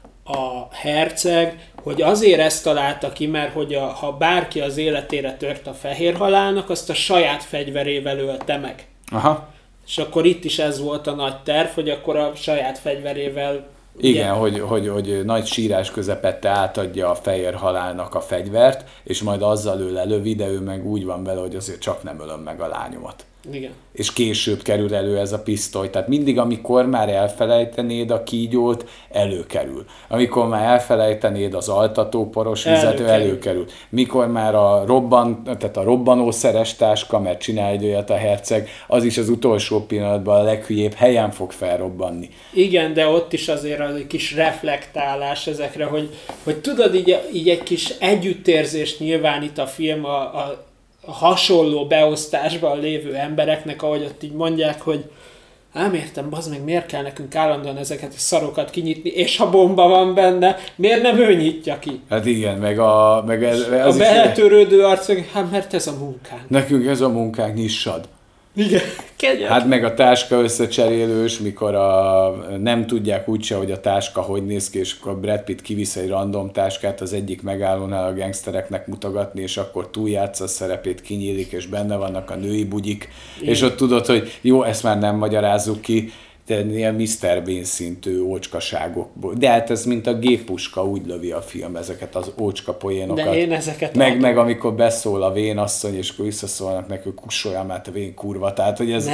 a herceg, hogy azért ezt találta ki, mert hogy ha bárki az életére tört a fehér halálnak, azt a saját fegyverével ölte meg. Aha. És akkor itt is ez volt a nagy terv, hogy akkor a saját fegyverével... Igen, hogy nagy sírás közepette átadja a fehér halálnak a fegyvert, és majd azzal ő lelövi, de ő meg úgy van vele, hogy azért csak nem ölöm meg a lányomat. Igen. És később kerül elő ez a pisztoly. Tehát mindig, amikor már elfelejtenéd a kígyót, előkerül. Amikor már elfelejtenéd az altató poros vizet, előkerül. Mikor már a robbanószeres táska, mert csinál egy olyat a herceg, az is az utolsó pillanatban a leghülyébb helyen fog felrobbanni. Igen, de ott is azért az egy kis reflektálás ezekre, hogy tudod, így egy kis együttérzést nyilvánít a film a hasonló beosztásban lévő embereknek, ahogy ott így mondják, hogy nem értem, bazd meg, miért kell nekünk állandóan ezeket a szarokat kinyitni, és ha bomba van benne, miért nem ő nyitja ki? Hát igen, meg a beletörődő arc, hát mert ez a munkánk. Nekünk ez a munkánk, nyissad. Igen, kegyet. Hát meg a táska összecserélős, mikor nem tudják úgyse, hogy a táska hogy néz ki, és akkor Brad Pitt kivisz egy random táskát az egyik megállónál a gangstereknek mutogatni, és akkor túljátsza a szerepét, kinyílik, és benne vannak a női bugyik, igen. És ott tudod, hogy jó, ezt már nem magyarázzuk ki, de ilyen Mr. Bean szintű ócskaságokból. De hát ez mint a géppuska, úgy lövi a film ezeket az ócska poénokat. De én ezeket meg amikor beszól a vénasszony, és akkor visszaszólnak neki, hogy kussoljál már te vén kurva. Tehát, hogy ez...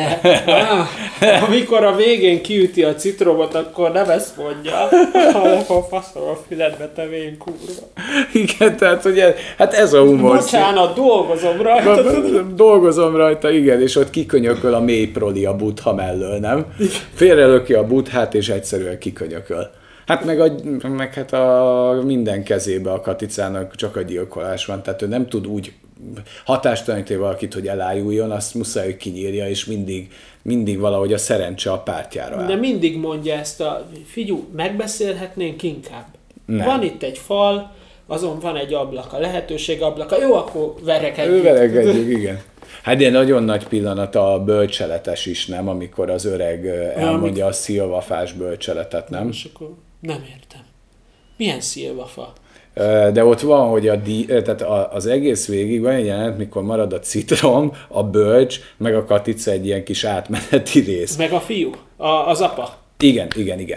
Amikor a végén kiüti a citromot, akkor nem ezt mondja, hanem a faszom a füledbe, te vén kurva. Igen, tehát, hogy hát ez a humor. Bocsánat, dolgozom rajta. Dolgozom rajta, igen, és ott kikönyököl a mélyproli a Buddha mellől, nem? Félrelöki a Buddhát, és egyszerűen kikönyököl. Hát meg hát a minden kezébe a Katicának csak a gyilkolás van, tehát ő nem tud úgy hatástalanítani valakit, hogy elájuljon, azt muszáj, hogy kinyírja, és mindig valahogy a szerencse a pártjára áll. De mindig mondja ezt figyú, megbeszélhetnénk inkább. Nem. Van itt egy fal, azon van egy ablak, a lehetőség ablaka, jó, akkor verekedjük. Verekedjük, igen. Hát ilyen nagyon nagy pillanat a bölcseletes is, nem? Amikor az öreg elmondja a szilvafás bölcseletet, nem? És akkor nem értem. Milyen szilvafa? De ott van, hogy tehát az egész végig van egy jelenet, mikor marad a citrom, a bölcs, meg a Katica egy ilyen kis átmeneti rész. Meg a fiú, az apa. Igen.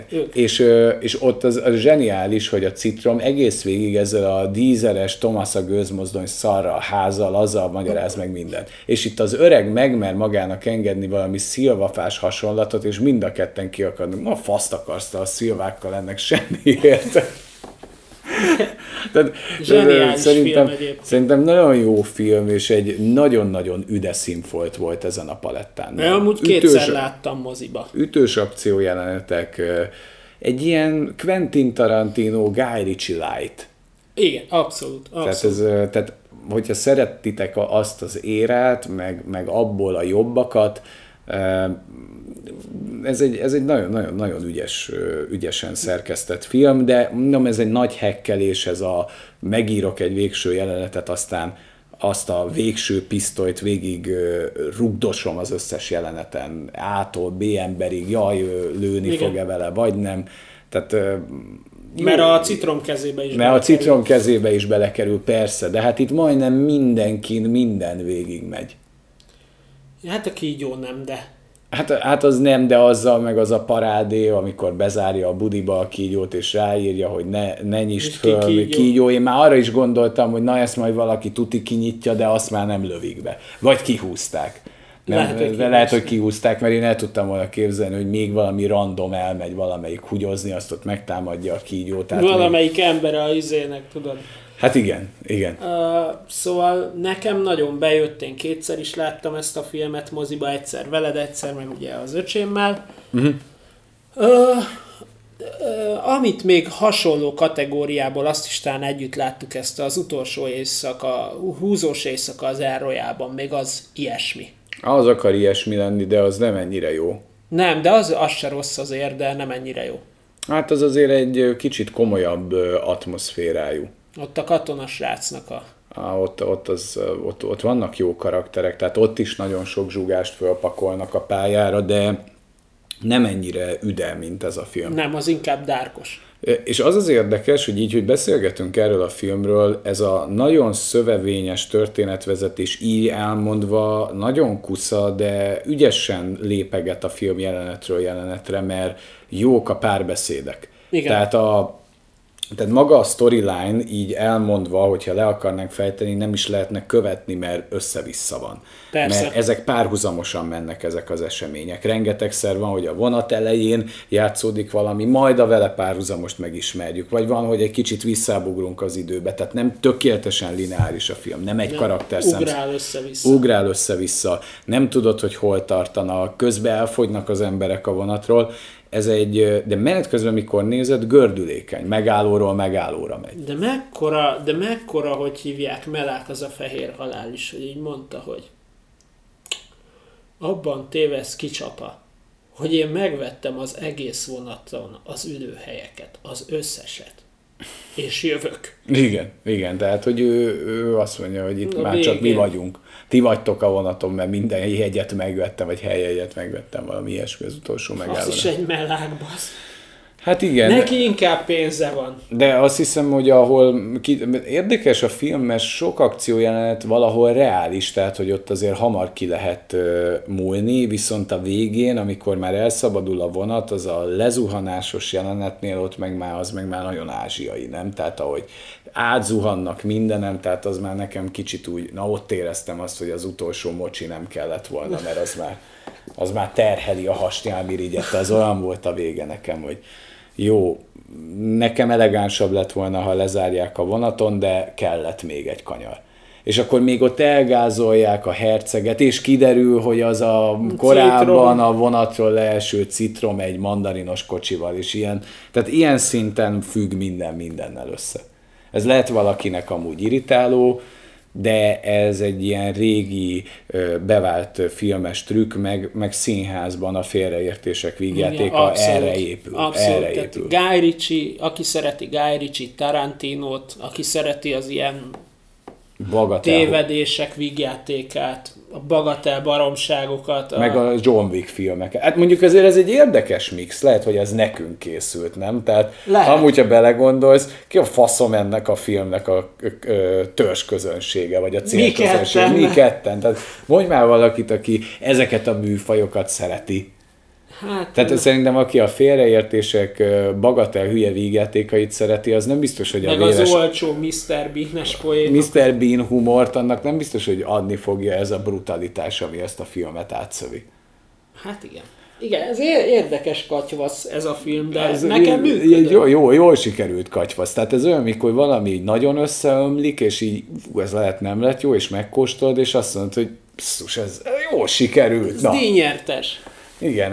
És ott az zseniális, hogy a citrom egész végig ezzel a dízeres Thomas a gőzmozdony szarra, a házzal, azzal magyaráz meg mindent. És itt az öreg megmer magának engedni valami szilvafás hasonlatot, és mind a ketten ki akarnak. Ma faszt akarsz a szilvákkal, ennek semmi érte. Szerintem nagyon jó film, és egy nagyon-nagyon üde színfolt volt ezen a palettán. De amúgy kétszer láttam moziba. Ütős akciójelenetek, egy ilyen Quentin Tarantino, Guy Ritchie light. Igen, abszolút. Tehát hogyha szerettitek azt az érát, meg abból a jobbakat, ez egy nagyon ügyesen szerkesztett film, de mondom, ez egy nagy hekkelés, ez a megírok egy végső jelenetet, aztán azt a végső pisztolyt végig rugdosom az összes jeleneten, A-tól B emberig, jaj, lőni fog-e vele, vagy nem. Tehát, mert a citrom kezébe is belekerül. Mert a citrom kezébe is belekerül, persze, de hát itt majdnem mindenkin minden végig megy. Hát a kígyó nem, de... Hát az nem, de azzal meg az a parádé, amikor bezárja a budiba a kígyót, és ráírja, hogy ne nyisd föl, kígyó. Én már arra is gondoltam, hogy na ezt majd valaki tuti kinyitja, de azt már nem lövik be. Vagy kihúzták. Lehet, hogy kihúzták, mert én el tudtam volna képzelni, hogy még valami random elmegy valamelyik húgyozni, azt ott megtámadja a kígyót. Valamelyik embere a izének, tudod. Hát igen. Szóval nekem nagyon bejött, én kétszer is láttam ezt a filmet moziba, egyszer veled, egyszer meg ugye az öcsémmel. Amit még hasonló kategóriából, azt is talán együtt láttuk ezt az utolsó éjszaka, húzós éjszaka az Elroyában, még az ilyesmi. Az akar ilyesmi lenni, de az nem ennyire jó. Nem, de az se rossz azért, de nem ennyire jó. Hát az azért egy kicsit komolyabb atmoszférájú. Ott a katonasrácnak ott vannak jó karakterek, tehát ott is nagyon sok zsugást fölpakolnak a pályára, de nem ennyire üde, mint ez a film. Nem, az inkább dárkos. És az érdekes, hogy így, hogy beszélgetünk erről a filmről, ez a nagyon szövevényes történetvezetés így elmondva nagyon kusza, de ügyesen lépeget a film jelenetről jelenetre, mert jók a párbeszédek. Igen. Tehát Tehát maga a storyline így elmondva, hogyha le akarnánk fejteni, nem is lehetne követni, mert össze-vissza van. Persze. Mert ezek párhuzamosan mennek ezek az események. Rengetegszer van, hogy a vonat elején játszódik valami, majd a vele párhuzamost megismerjük. Vagy van, hogy egy kicsit visszábugrunk az időbe. Tehát nem tökéletesen lineáris a film. Nem egy karakter Ugrál össze-vissza. Nem tudod, hogy hol tartanak. Közben elfogynak az emberek a vonatról. De menet közben, mikor nézed, gördülékeny. Megállóról megállóra megy. De mekkora, hogy hívják, Melák az a fehér halál is, hogy így mondta, hogy abban tévesz kicsapa, hogy én megvettem az egész vonaton az ülőhelyeket, az összeset, és jövök. Igen, tehát, hogy ő azt mondja, hogy itt már csak mi vagyunk. Ti vagytok a vonaton, mert minden jegyet megvettem, vagy helyjegyet megvettem, valami ilyesmi az utolsó megállás. Az is egy Melák, basz. Hát igen. Neki inkább pénze van. De azt hiszem, hogy érdekes a film, mert sok akciójelenet valahol reális, tehát hogy ott azért hamar ki lehet múlni, viszont a végén, amikor már elszabadul a vonat, az a lezuhanásos jelenetnél ott meg már nagyon ázsiai, nem? Tehát ahogy átzuhannak mindenem, tehát az már nekem kicsit úgy, ott éreztem azt, hogy az utolsó mocsi nem kellett volna, mert az már terheli a hasnyálmirigyet, az olyan volt a vége nekem, hogy jó, nekem elegánsabb lett volna, ha lezárják a vonaton, de kellett még egy kanyar. És akkor még ott elgázolják a herceget, és kiderül, hogy az a korábban a vonatról leeső citrom egy mandarinos kocsival, és tehát ilyen szinten függ minden mindennel össze. Ez lehet valakinek amúgy irritáló, de ez egy ilyen régi, bevált filmes trükk, meg színházban a félreértések vígjátéka erre épül. Abszolút. Erre épül. Guy Ritchie, aki szereti Guy Ritchie, Tarantinót, aki szereti az ilyen tévedések vígjátékát, a bagatel baromságokat. Meg a John Wick filmeket. Hát mondjuk azért ez egy érdekes mix, lehet, hogy ez nekünk készült, nem? Tehát amúgy, ha belegondolsz, ki a faszom ennek a filmnek a törzsközönsége, vagy a célközönség? Mi ketten. Tehát mondj már valakit, aki ezeket a műfajokat szereti. Tehát szerintem, aki a félreértések bagatel hülye vígjátékait szereti, az nem biztos, hogy meg az olcsó Mr. Bean-es poénok. Mr. Bean humort, annak nem biztos, hogy adni fogja ez a brutalitás, ami ezt a filmet átszövi. Hát igen. Igen, ez érdekes katyvasz ez a film, de ez nekem működött. Jól sikerült katyvasz. Tehát ez olyan, mikor valami nagyon összeömlik, és így ez nem lett jó, és megkóstolod, és azt mondod, hogy ez jól sikerült. Ez díjnyertes. Igen,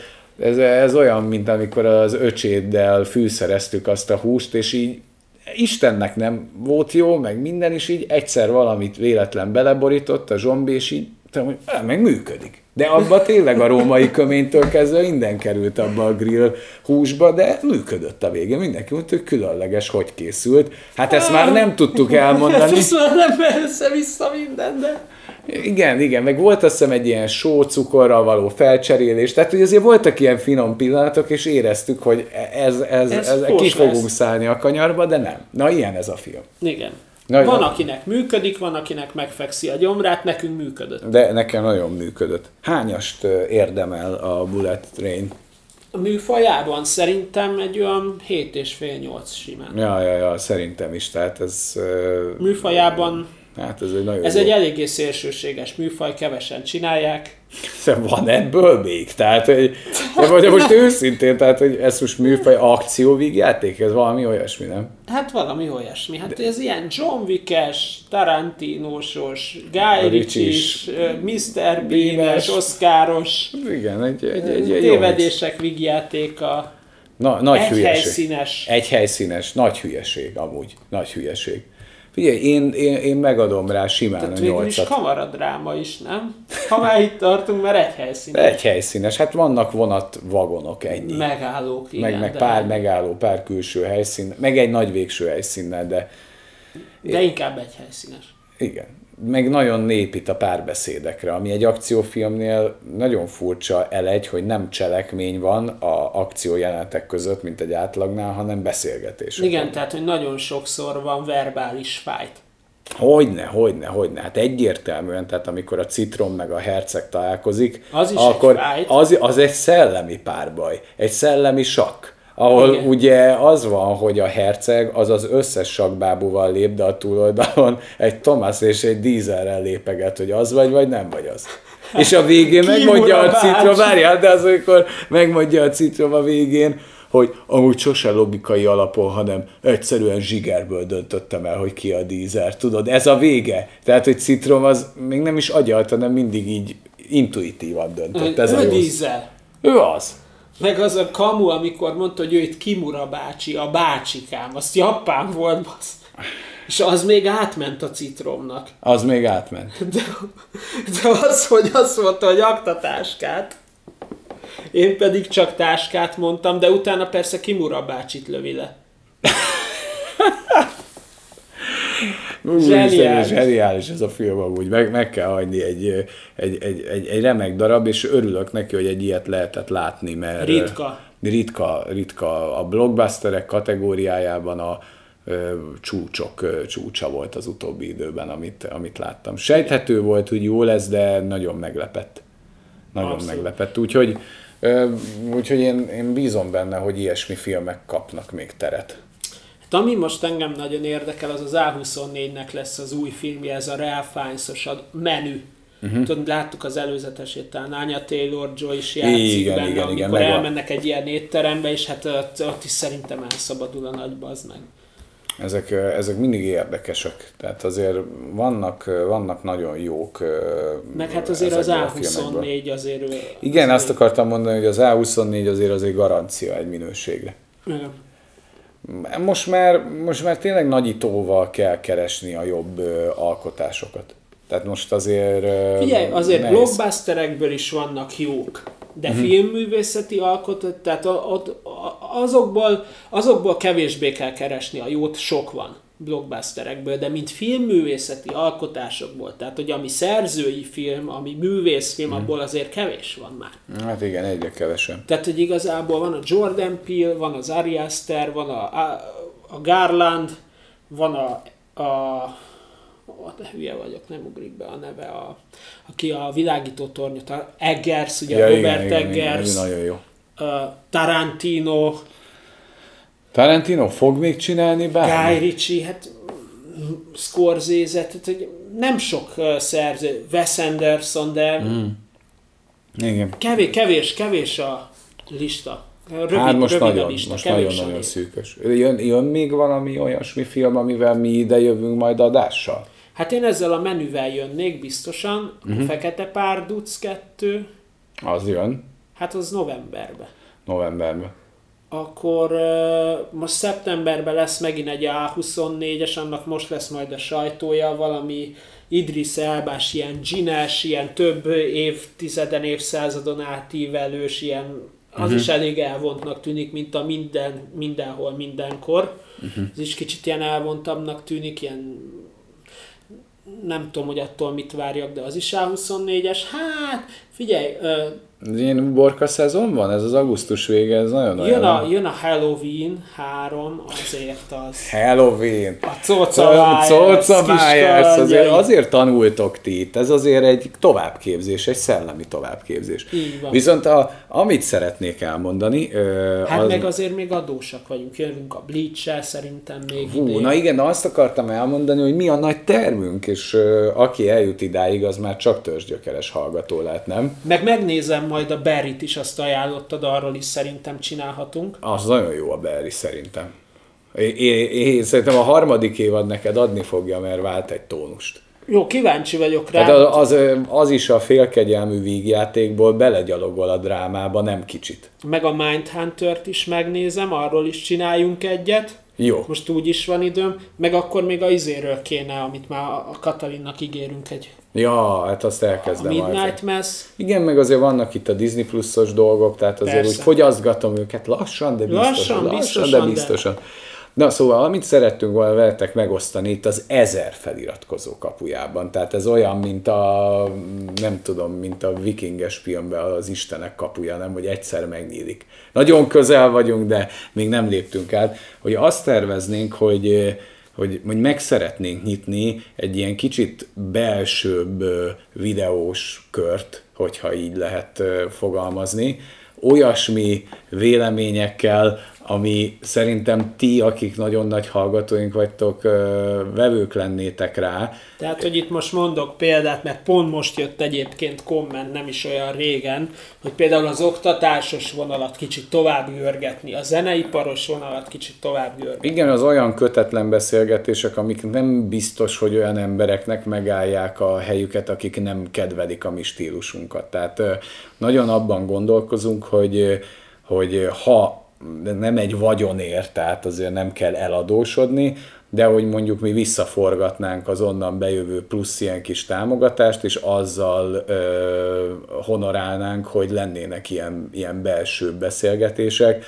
ez olyan, mint amikor az öcséddel fűszereztük azt a húst, és így Istennek nem volt jó, meg minden, és így egyszer valamit véletlen beleborított a zsombi, és így meg működik. De abban tényleg a római köménytől kezdve minden került abba a grill húsba, de működött a vége. Mindenki mondta, hogy különleges, hogy készült. Hát ezt már nem tudtuk elmondani. Ez nem össze-vissza minden, de... Igen, meg volt azt hiszem egy ilyen sócukorral való felcserélés, tehát hogy azért voltak ilyen finom pillanatok, és éreztük, hogy ez ki fogunk szállni a kanyarba, de nem. Na, ilyen ez a film. Igen. Van, akinek működik, van, akinek megfekszi a gyomrát, nekünk működött. De nekem nagyon működött. Hányast érdemel a Bullet Train? A műfajában szerintem egy olyan 7,5-8 simán. Ja, szerintem is, tehát ez... Műfajában... Hát ez egy nagyon Ez egy eléggé szélsőséges műfaj, kevesen csinálják. Van ebből még? Tehát, de most őszintén, tehát, hogy ez most műfaj akcióvígjáték, ez valami olyasmi, nem? Hát valami olyasmi. Hát ez ilyen John Wick-es, Tarantinósos, Guy Ritchie-s, Mr. Bean-es, Oscaros. Igen, egy tévedések vígjátéka. Nagy helyszínes. Egy helyszínes, nagy hülyeség amúgy, nagy hülyeség. Figyelj, én megadom rá simán tehát a 8-at. végül is kamaradráma is, nem? Ha már itt tartunk, mert egy helyszínes. Egy helyszínes, hát vannak vonatvagonok, ennyi. Megállók, igen. Meg pár megálló, pár külső helyszín, meg egy nagy végső helyszínnel, de... De inkább egy helyszínes. Igen. Meg nagyon épít a párbeszédekre, ami egy akciófilmnél nagyon furcsa elegy, hogy nem cselekmény van a akciójelenetek között, mint egy átlagnál, hanem beszélgetés. Igen, tehát, hogy nagyon sokszor van verbális fight. Hogyne. Hát egyértelműen, tehát amikor a citrom meg a herceg találkozik, az is akkor egy fight. Az egy szellemi párbaj, egy szellemi sakk. ahol Igen. ugye az van, hogy a herceg az az összes sakkbábúval lép, de a túloldalon egy Thomas és egy Dieselrel lépeget, hogy az vagy nem vagy az. És a végén megmondja a Citrom, várjál, de az, amikor megmondja a Citrom a végén, hogy amúgy sose logikai alapon, hanem egyszerűen zsigerből döntöttem el, hogy ki a Diesel. Tudod, ez a vége. Tehát, hogy Citrom az még nem is agyalt, hanem mindig így intuitívan döntött. Ez a Diesel. Ő az. Meg az a kamu, amikor mondta, hogy ő itt Kimura bácsi, a bácsikám, azt japán volt, basz. És az még átment a Citromnak. Az még átment. De az, hogy azt mondta, hogy aktatáskát, én pedig csak táskát mondtam, de utána persze Kimura bácsit lövi le. Zseniális ez a film amúgy. Meg kell hagyni egy remek darab, és örülök neki, hogy egy ilyet lehetett látni, mert ritka a blockbusterek kategóriájában a csúcsa volt az utóbbi időben, amit láttam. Sejthető volt, hogy jó lesz, de nagyon meglepett. Meglepett. Úgyhogy én bízom benne, hogy ilyesmi filmek kapnak még teret. Hát ami most engem nagyon érdekel, az A24-nek lesz az új filmje, ez a Ralph Fiennes-os, a Menü. Tudod, láttuk az előzetesét, talán Anya Taylor-Joy is játszik benne, amikor elmennek egy ilyen étterembe, és hát ott is szerintem elszabadul a nagy bazd meg. Ezek mindig érdekesek, tehát azért vannak nagyon jók. Meg hát azért az A24 azért... Igen, azt akartam mondani, hogy az A24 azért garancia egy minőségre. Igen. Most már tényleg nagyítóval kell keresni a jobb alkotásokat. Tehát most azért... Figyelj, azért blockbusterekből is vannak jók, de filmművészeti alkotók, tehát azokból kevésbé kell keresni a jót, sok van blockbusterekből, de mint filmművészeti alkotásokból, tehát hogy ami szerzői film, ami művészfilm, abból azért kevés van már. Hát igen, egyre kevesen. Tehát, hogy igazából van a Jordan Peele, van az Ari Aster, van a Garland, van de hülye vagyok, nem ugrik be a neve, aki a világító tornyot, Eggers, ugye Robert Eggers, igen, nagyon jó. Tarantino fog még csinálni bármi? Guy Ritchie, hát Scorsese, tehát hogy nem sok szerző, Wes Anderson, de igen. Kevés a lista. Most nagyon szűkös. Jön még valami olyasmi film, amivel mi ide jövünk majd adással? Hát én ezzel a Menüvel jönnék biztosan. A Fekete Párduc 2. Az jön. Hát az novemberben. Akkor most szeptemberben lesz megint egy A24-es, annak most lesz majd a sajtója, valami Idris Elbás, ilyen dzsines, ilyen több évtizeden, évszázadon átívelős, ilyen, az is elég elvontnak tűnik, mint a mindenhol, mindenkor. Ez is kicsit ilyen elvontabbnak tűnik, ilyen nem tudom, hogy attól mit várjak, de az is A24-es. Hát, figyelj... Ilyen uborka szezon van? Ez az augusztus vége, ez nagyon olyan. Jön a Halloween 3, azért az... Halloween! A Coca Myers, azért tanultok ti itt. Ez azért egy továbbképzés, egy szellemi továbbképzés. Viszont amit szeretnék elmondani... meg azért még adósak vagyunk. Jövünk a Bleach-sel szerintem még idén. Na igen, azt akartam elmondani, hogy mi a nagy tervünk, és aki eljut idáig, az már csak törzsgyökeres hallgató lehet, nem? Meg megnézem majd a Barryt is, azt ajánlottad, arról is szerintem csinálhatunk. Az nagyon jó a Barry szerintem. Én szerintem a harmadik évad neked adni fogja, mert vált egy tónust. Jó, kíváncsi vagyok rá. Tehát az is a félkegyelmű vígjátékból belegyalogol a drámába, nem kicsit. Meg a Mindhunter-t is megnézem, arról is csináljunk egyet. Jó. Most úgy is van időm. Meg akkor még a izéről kéne, amit már a Katalinnak ígérünk egy... Ja, hát azt elkezdem. A Midnight Mass. Igen, meg azért vannak itt a Disney Plus-os dolgok, tehát azért úgy fogyaszgatom őket lassan, de biztosan. Na szóval, amit szerettünk volna veletek megosztani itt az 1000 feliratkozó kapujában. Tehát ez olyan, mint mint a vikinges filmben az Istenek kapuja, nem, hogy egyszer megnyílik. Nagyon közel vagyunk, de még nem léptünk át, hogy azt terveznénk, hogy meg szeretnénk nyitni egy ilyen kicsit belsőbb videós kört, hogyha így lehet fogalmazni, olyasmi véleményekkel, ami szerintem ti, akik nagyon nagy hallgatóink vagytok, vevők lennétek rá. Tehát, hogy itt most mondok példát, mert pont most jött egyébként komment, nem is olyan régen, hogy például az oktatásos vonalat kicsit tovább görgetni, a zeneiparos vonalat kicsit tovább görgetni. Igen, az olyan kötetlen beszélgetések, amik nem biztos, hogy olyan embereknek megállják a helyüket, akik nem kedvelik a mi stílusunkat. Tehát nagyon abban gondolkozunk, hogy ha nem egy vagyonért, tehát azért nem kell eladósodni, de hogy mondjuk mi visszaforgatnánk az onnan bejövő plusz ilyen kis támogatást, és azzal honorálnánk, hogy lennének ilyen belső beszélgetések,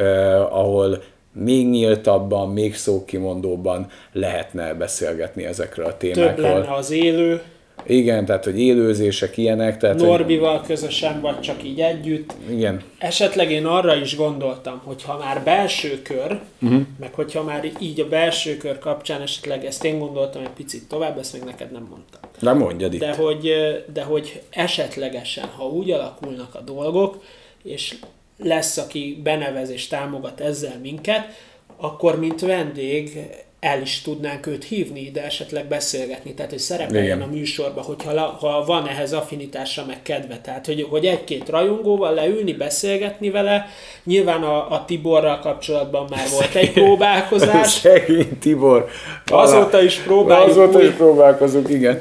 ahol még nyíltabban, még szókimondóban lehetne beszélgetni ezekről a témákról. Több lenne az élő. Igen, tehát hogy élőzések ilyenek. Tehát, Norbival közösen, vagy csak így együtt. Igen. Esetleg én arra is gondoltam, hogy ha már belső kör, meg hogyha már így a belső kör kapcsán esetleg ezt én gondoltam egy picit tovább, ezt még neked nem mondtam. Nem mondjad itt. De hogy esetlegesen, ha úgy alakulnak a dolgok, és lesz, aki benevez és támogat ezzel minket, akkor mint vendég el is tudnánk őt hívni ide, esetleg beszélgetni, tehát hogy szerepeljen a műsorba, ha van ehhez affinitása, meg kedve. Tehát, hogy egy-két rajongóval leülni, beszélgetni vele. Nyilván a Tiborral kapcsolatban már volt egy próbálkozás. Szegény Tibor. Azóta is próbáljuk. Azóta is próbálkozunk, igen.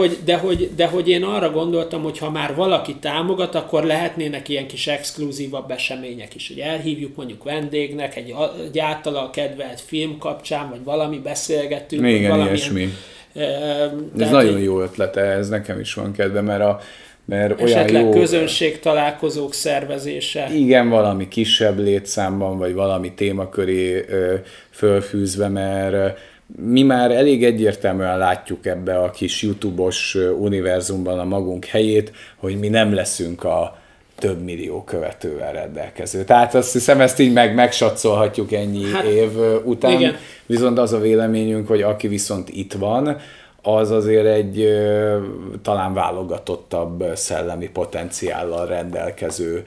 De hogy én arra gondoltam, hogy ha már valaki támogat, akkor lehetnének ilyen kis exkluzívabb események is, hogy elhívjuk mondjuk vendégnek egy általa kedvelt film kapcsán, vagy valami beszélgettünk. Igen, ilyesmi. Ez nagyon jó ötlete, ez nekem is van kedve, mert esetleg olyan jó... közönség találkozók szervezése. Igen, valami kisebb létszámban, vagy valami témaköré fölfűzve, mert mi már elég egyértelműen látjuk ebbe a kis YouTube-os univerzumban a magunk helyét, hogy mi nem leszünk a több millió követővel rendelkező. Tehát azt hiszem, ezt így megsatszolhatjuk ennyi év után. Igen. Viszont az a véleményünk, hogy aki viszont itt van, az azért egy talán válogatottabb szellemi potenciállal rendelkező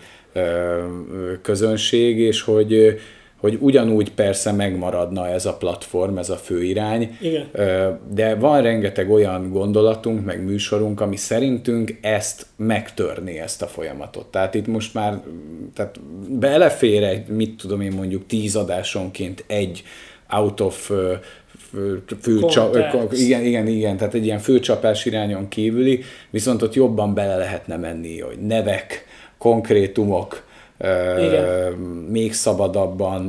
közönség, és hogy ugyanúgy persze megmaradna ez a platform, ez a főirány, igen. De van rengeteg olyan gondolatunk, meg műsorunk, ami szerintünk ezt megtörné, ezt a folyamatot. Tehát itt most már belefér egy, mit tudom én mondjuk 10 adásonként egy out of igen, tehát egy ilyen főcsapás irányon kívüli, viszont ott jobban bele lehetne menni, hogy nevek, konkrétumok, még szabadabban,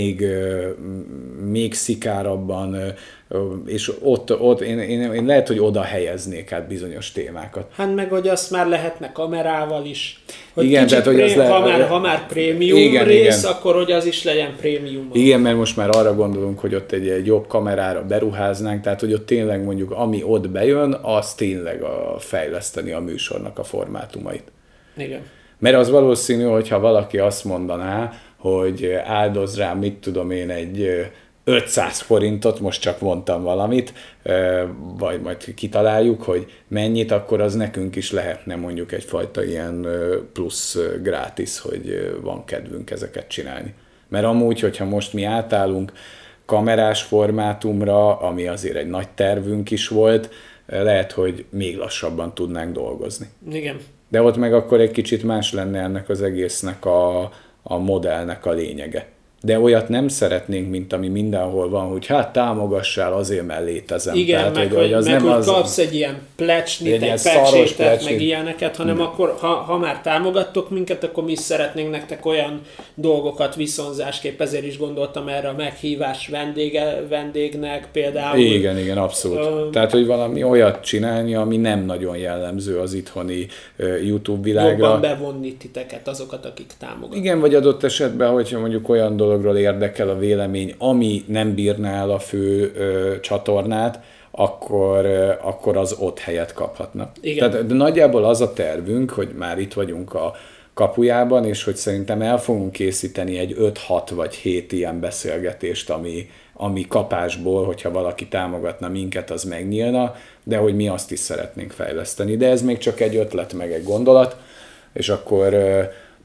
még szikárabban, és ott én lehet, hogy oda helyeznék át bizonyos témákat. Hát meg, hogy azt már lehetne kamerával is. Hogy igen, tehát, hogy ha már prémium rész, akkor hogy az is legyen prémium. Igen, mert most már arra gondolunk, hogy ott egy jobb kamerára beruháznánk, tehát hogy ott tényleg mondjuk, ami ott bejön, az tényleg fejleszteni a műsornak a formátumait. Igen. Mert az valószínű, hogyha valaki azt mondaná, hogy áldoz rá, mit tudom én, egy 500 forintot, most csak mondtam valamit, vagy majd kitaláljuk, hogy mennyit, akkor az nekünk is lehetne mondjuk egyfajta ilyen plusz grátis, hogy van kedvünk ezeket csinálni. Mert amúgy, hogyha most mi átállunk kamerás formátumra, ami azért egy nagy tervünk is volt, lehet, hogy még lassabban tudnánk dolgozni. Igen. De ott meg akkor egy kicsit más lenne ennek az egésznek a modellnek a lényege. De olyat nem szeretnénk, mint ami mindenhol van, hogy hát támogassál azért, mert létezem. Igen, tehát, hogy az nem az, kapsz egy ilyen plecsnit, egy pecsétet, meg ilyeneket, hanem akkor, ha már támogattok minket, akkor mi is szeretnénk nektek olyan dolgokat viszonzásképp, ezért is gondoltam erre a meghívás vendégnek például. Igen, abszolút. Tehát, hogy valami olyat csinálni, ami nem nagyon jellemző az itthoni YouTube világra. Jobban bevonni titeket, azokat, akik támogatnak. Igen, vagy adott esetben, hogyha mondjuk olyan dologról érdekel a vélemény, ami nem bírná el a fő csatornát, akkor az ott helyet kaphatna. Tehát, de nagyjából az a tervünk, hogy már itt vagyunk a kapujában, és hogy szerintem el fogunk készíteni egy 5-6 vagy 7 ilyen beszélgetést, ami kapásból, hogyha valaki támogatna minket, az megnyílna, de hogy mi azt is szeretnénk fejleszteni. De ez még csak egy ötlet, meg egy gondolat, és akkor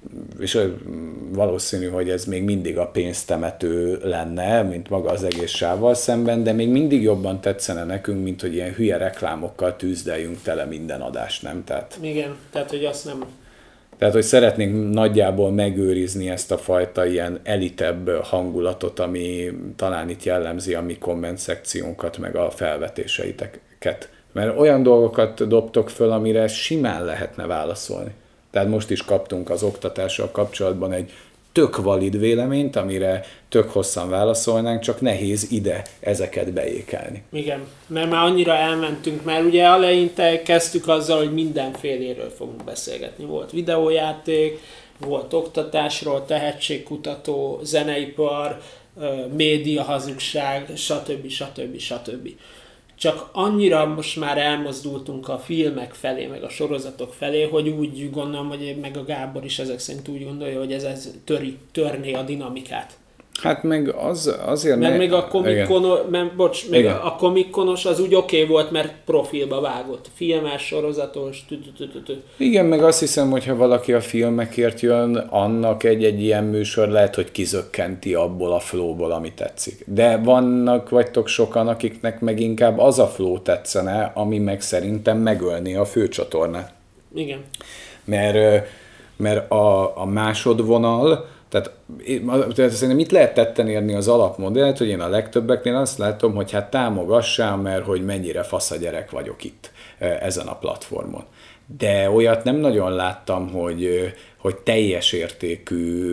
és valószínű, hogy ez még mindig a pénztemető lenne, mint maga az egész sávval szemben, de még mindig jobban tetszene nekünk, mint hogy ilyen hülye reklámokkal tűzdeljünk tele minden adást, nem? Igen, tehát hogy azt nem... Tehát, hogy szeretnénk nagyjából megőrizni ezt a fajta ilyen elitebb hangulatot, ami talán itt jellemzi a mi komment szekciónkat, meg a felvetéseiteket. Mert olyan dolgokat dobtok föl, amire simán lehetne válaszolni. Tehát most is kaptunk az oktatással kapcsolatban egy tök valid véleményt, amire tök hosszan válaszolnánk, csak nehéz ide ezeket beékelni. Igen, mert már annyira elmentünk, mert ugye eleinte kezdtük azzal, hogy mindenféléről fogunk beszélgetni. Volt videójáték, volt oktatásról, tehetségkutató, zeneipar, média hazugság, stb. Csak annyira most már elmozdultunk a filmek felé, meg a sorozatok felé, hogy úgy gondolom, hogy meg a Gábor is ezek szerint úgy gondolja, hogy ez törné a dinamikát. Hát meg azért... Mert még a komikkonos az úgy oké volt, mert profilba vágott. Filmes, sorozatos... Igen, meg azt hiszem, hogyha valaki a filmekért jön, annak egy ilyen műsor lehet, hogy kizökkenti abból a flowból, ami tetszik. De vagytok sokan, akiknek meg inkább az a flow tetszene, ami meg szerintem megölni a főcsatornát. Igen. Mert a másodvonal, tehát szerintem mit lehet tetten érni az alapmodellt, hogy én a legtöbbeknél azt látom, hogy hát támogassál, mert hogy mennyire fasz a gyerek vagyok itt ezen a platformon. De olyat nem nagyon láttam, hogy teljes értékű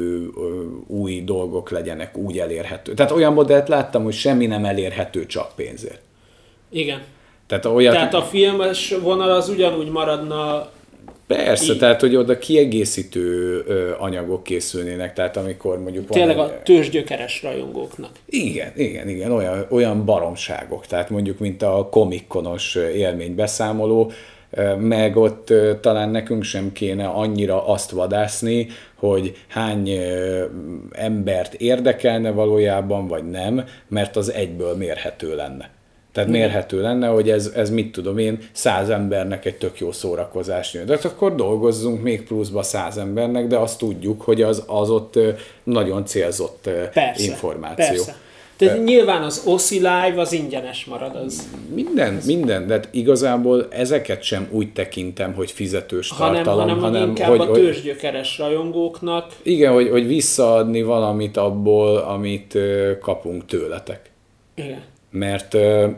új dolgok legyenek úgy elérhető. Tehát olyan modellt láttam, hogy semmi nem elérhető csak pénzért. Igen. Tehát a filmes vonal az ugyanúgy maradna. Persze, tehát hogy oda kiegészítő anyagok készülnének, tehát amikor mondjuk... Tényleg a tőzsgyökeres rajongóknak. Igen, olyan baromságok, tehát mondjuk mint a komikkonos élménybeszámoló, meg ott talán nekünk sem kéne annyira azt vadászni, hogy hány embert érdekelne valójában, vagy nem, mert az egyből mérhető lenne. Tehát mérhető lenne, hogy ez mit tudom én, 100 embernek egy tök jó szórakozás nyújt. De akkor dolgozzunk még pluszba 100 embernek, de azt tudjuk, hogy az ott nagyon célzott információ. Persze. Tehát nyilván az OSZI Live az ingyenes marad. Minden, de igazából ezeket sem úgy tekintem, hogy fizetős tartalom, hanem inkább a tőzsgyökeres rajongóknak. Igen, hogy visszaadni valamit abból, amit kapunk tőletek. Igen. Mert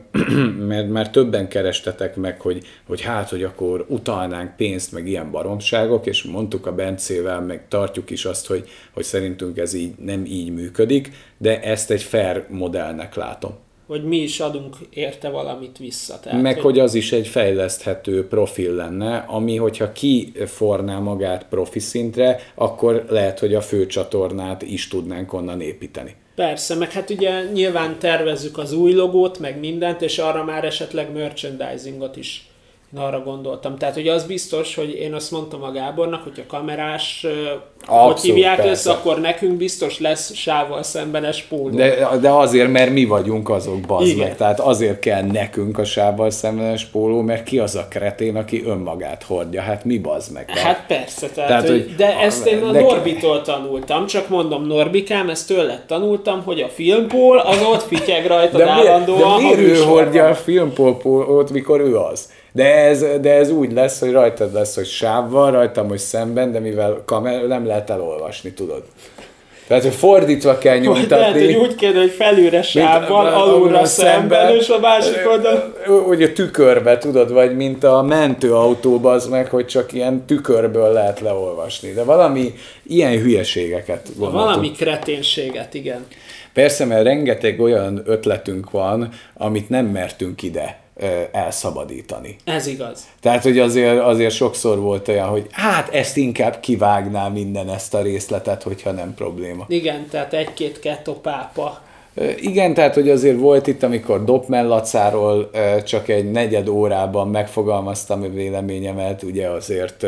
már többen kerestetek meg, hogy akkor utalnánk pénzt, meg ilyen baromságok, és mondtuk a Bencével, meg tartjuk is azt, hogy szerintünk ez így nem így működik, de ezt egy fair modellnek látom. Hogy mi is adunk érte valamit vissza. Tehát, meg hogy az is egy fejleszthető profil lenne, ami hogyha kiforná magát profi szintre, akkor lehet, hogy a főcsatornát is tudnánk onnan építeni. Persze, meg hát ugye nyilván tervezzük az új logót, meg mindent, és arra már esetleg merchandisingot is arra gondoltam. Tehát ugye az biztos, hogy én azt mondtam a Gábornak, hogy a kamerás, hogy hívják össze, akkor nekünk biztos lesz sávval szembenes póló. De azért, mert mi vagyunk azok, bazd meg. Tehát azért kell nekünk a sávval szembenes póló, mert ki az a kretén, aki önmagát hordja. Hát mi bazd meg? Hát persze. De ezt én a Norbitól tanultam, csak mondom, Norbikám, ezt tőled tanultam, hogy a filmpól az ott fityeg rajtad állandóan. De miért ő hordja a filmpólót, mikor ő az? De ez úgy lesz, hogy rajtad lesz, hogy sávval, rajtam, hogy szemben, de mivel kamera, nem lehet elolvasni, tudod. Tehát, hogy fordítva kell nyomtatni. Lehet, hogy úgy kéne, hogy felülre sávval, alulra szemben, és a másik oldal. Úgy a tükörbe, tudod, vagy mint a mentőautóba az meg, hogy csak ilyen tükörből lehet leolvasni. De valami ilyen hülyeségeket gondoltunk. Valami kreténséget, igen. Persze, mert rengeteg olyan ötletünk van, amit nem mertünk ide elszabadítani. Ez igaz. Tehát, hogy azért sokszor volt olyan, hogy hát ezt inkább kivágnám minden ezt a részletet, hogyha nem probléma. Igen, tehát egy-két kettopápa. Igen, tehát, hogy azért volt itt, amikor Doppmann Lacáról csak egy negyed órában megfogalmaztam a véleményemet, ugye azért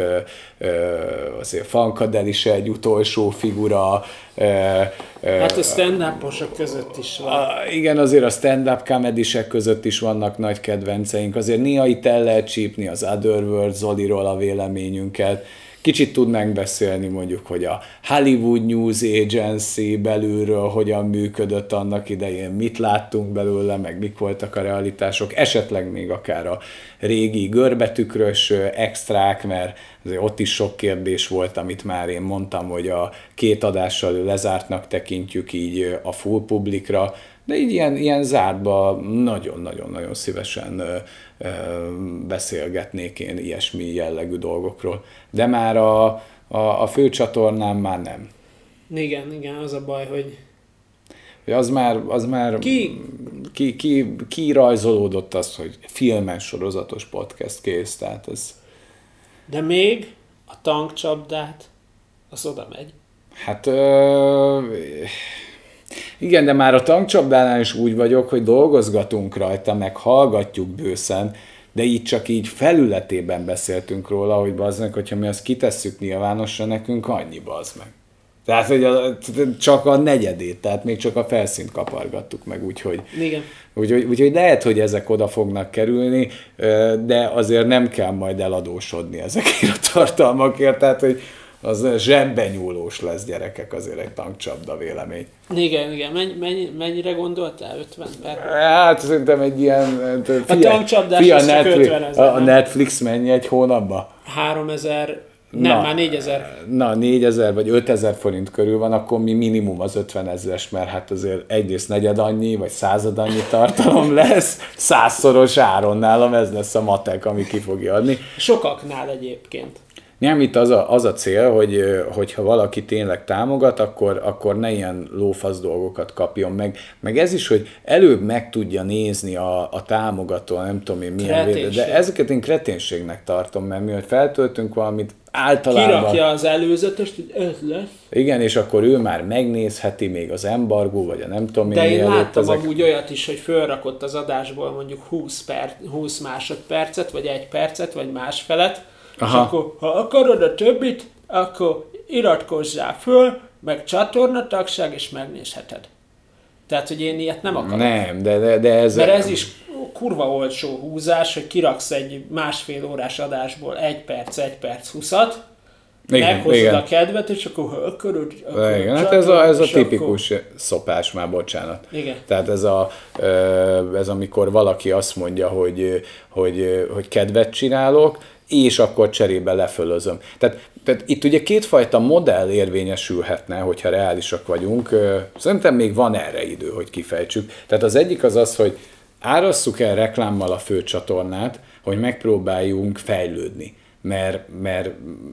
Fankadel is egy utolsó figura. Hát a stand-uposok között is van. Igen, azért a stand-up comedysek között is vannak nagy kedvenceink. Azért néha itt el lehet csípni az Otherworld Zoliról a véleményünket. Kicsit tudnánk beszélni mondjuk, hogy a Hollywood News Agency belülről hogyan működött annak idején, mit láttunk belőle, meg mik voltak a realitások, esetleg még akár a régi görbetükrös extrák, mert azért ott is sok kérdés volt, amit már én mondtam, hogy a 2 adással lezártnak tekintjük így a full publikra, de így ilyen zártba nagyon-nagyon-nagyon szívesen beszélgetnék én ilyesmi jellegű dolgokról. De már a főcsatornán már nem. Igen, az a baj, hogy az már ki rajzolódott az, hogy filmes sorozatos podcast kész, tehát ez... De még a tankcsapdát, az oda megy. Hát... Igen, de már a tankcsapdánál is úgy vagyok, hogy dolgozgatunk rajta, meg hallgatjuk bőszen, de így csak így felületében beszéltünk róla, hogy bazd meg, hogyha mi azt kitesszük nyilvánosra, nekünk annyi bazd meg. Tehát, hogy csak a negyedét, tehát még csak a felszínt kapargattuk meg, úgyhogy... Igen. Úgyhogy lehet, hogy ezek oda fognak kerülni, de azért nem kell majd eladósodni ezekért a tartalmakért, tehát, hogy az zsebben nyúlós lesz, gyerekek, azért egy tankcsapda vélemény. Igen. Mennyire gondoltál? 50 per? Hát szerintem egy ilyen... A tankcsapdás az csak 50 000. A Netflix mennyi egy hónapban? 3000... Nem, már 4000. Na, 4000 vagy 5000 forint körül van, akkor mi minimum az 50 000-es, mert hát azért egyrészt negyed annyi, vagy század annyi tartalom lesz, 100-szoros áron nálam, ez lesz a matek, ami ki fogja adni. Sokaknál egyébként. Nem, itt az a cél, hogy ha valaki tényleg támogat, akkor ne ilyen lófasz dolgokat kapjon meg ez is, hogy előbb meg tudja nézni a támogató, nem tudom én milyen védő, de ezeket én kreténségnek tartom, mert mi, hogy feltöltünk valamit, általában... Kirakja az előzetest, hogy ez lesz. Igen, és akkor ő már megnézheti még az embargó, vagy a nem tudom én. De én láttam amúgy olyat is, hogy fölrakott az adásból mondjuk 20 másodpercet, vagy 1 percet, vagy másfelet, és akkor, ha akarod a többit, akkor iratkozzál föl, meg csatornatagság, és megnézheted. Tehát, hogy én ilyet nem akarok. Nem, de ez... Mert ez is kurva olcsó húzás, hogy kiraksz egy 1,5 órás adásból 1 perc 20-at, meghozod a kedvet, és akkor ha akarod... Igen, hát ez a tipikus szopás már, bocsánat. Igen. Tehát ez amikor valaki azt mondja, hogy kedvet csinálok, és akkor cserébe lefölözöm. Tehát itt ugye kétfajta modell érvényesülhetne, hogyha reálisak vagyunk. Szerintem még van erre idő, hogy kifejtsük. Tehát az egyik az, hogy árasszuk el reklámmal a főcsatornát, hogy megpróbáljunk fejlődni. Mert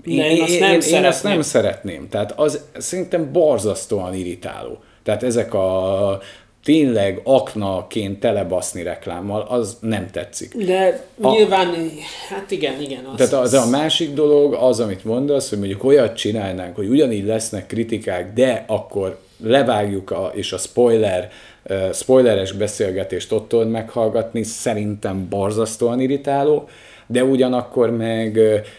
én ezt nem szeretném. Tehát az szerintem borzasztóan irritáló. Tehát ezek a tényleg aknaként telebaszni reklámmal, az nem tetszik. De nyilván, hát igen. Tehát a másik dolog az, amit mondasz, hogy mondjuk olyat csinálnánk, hogy ugyanígy lesznek kritikák, de akkor levágjuk és a spoileres beszélgetést ott tudod meghallgatni, szerintem borzasztóan irritáló, de ugyanakkor meg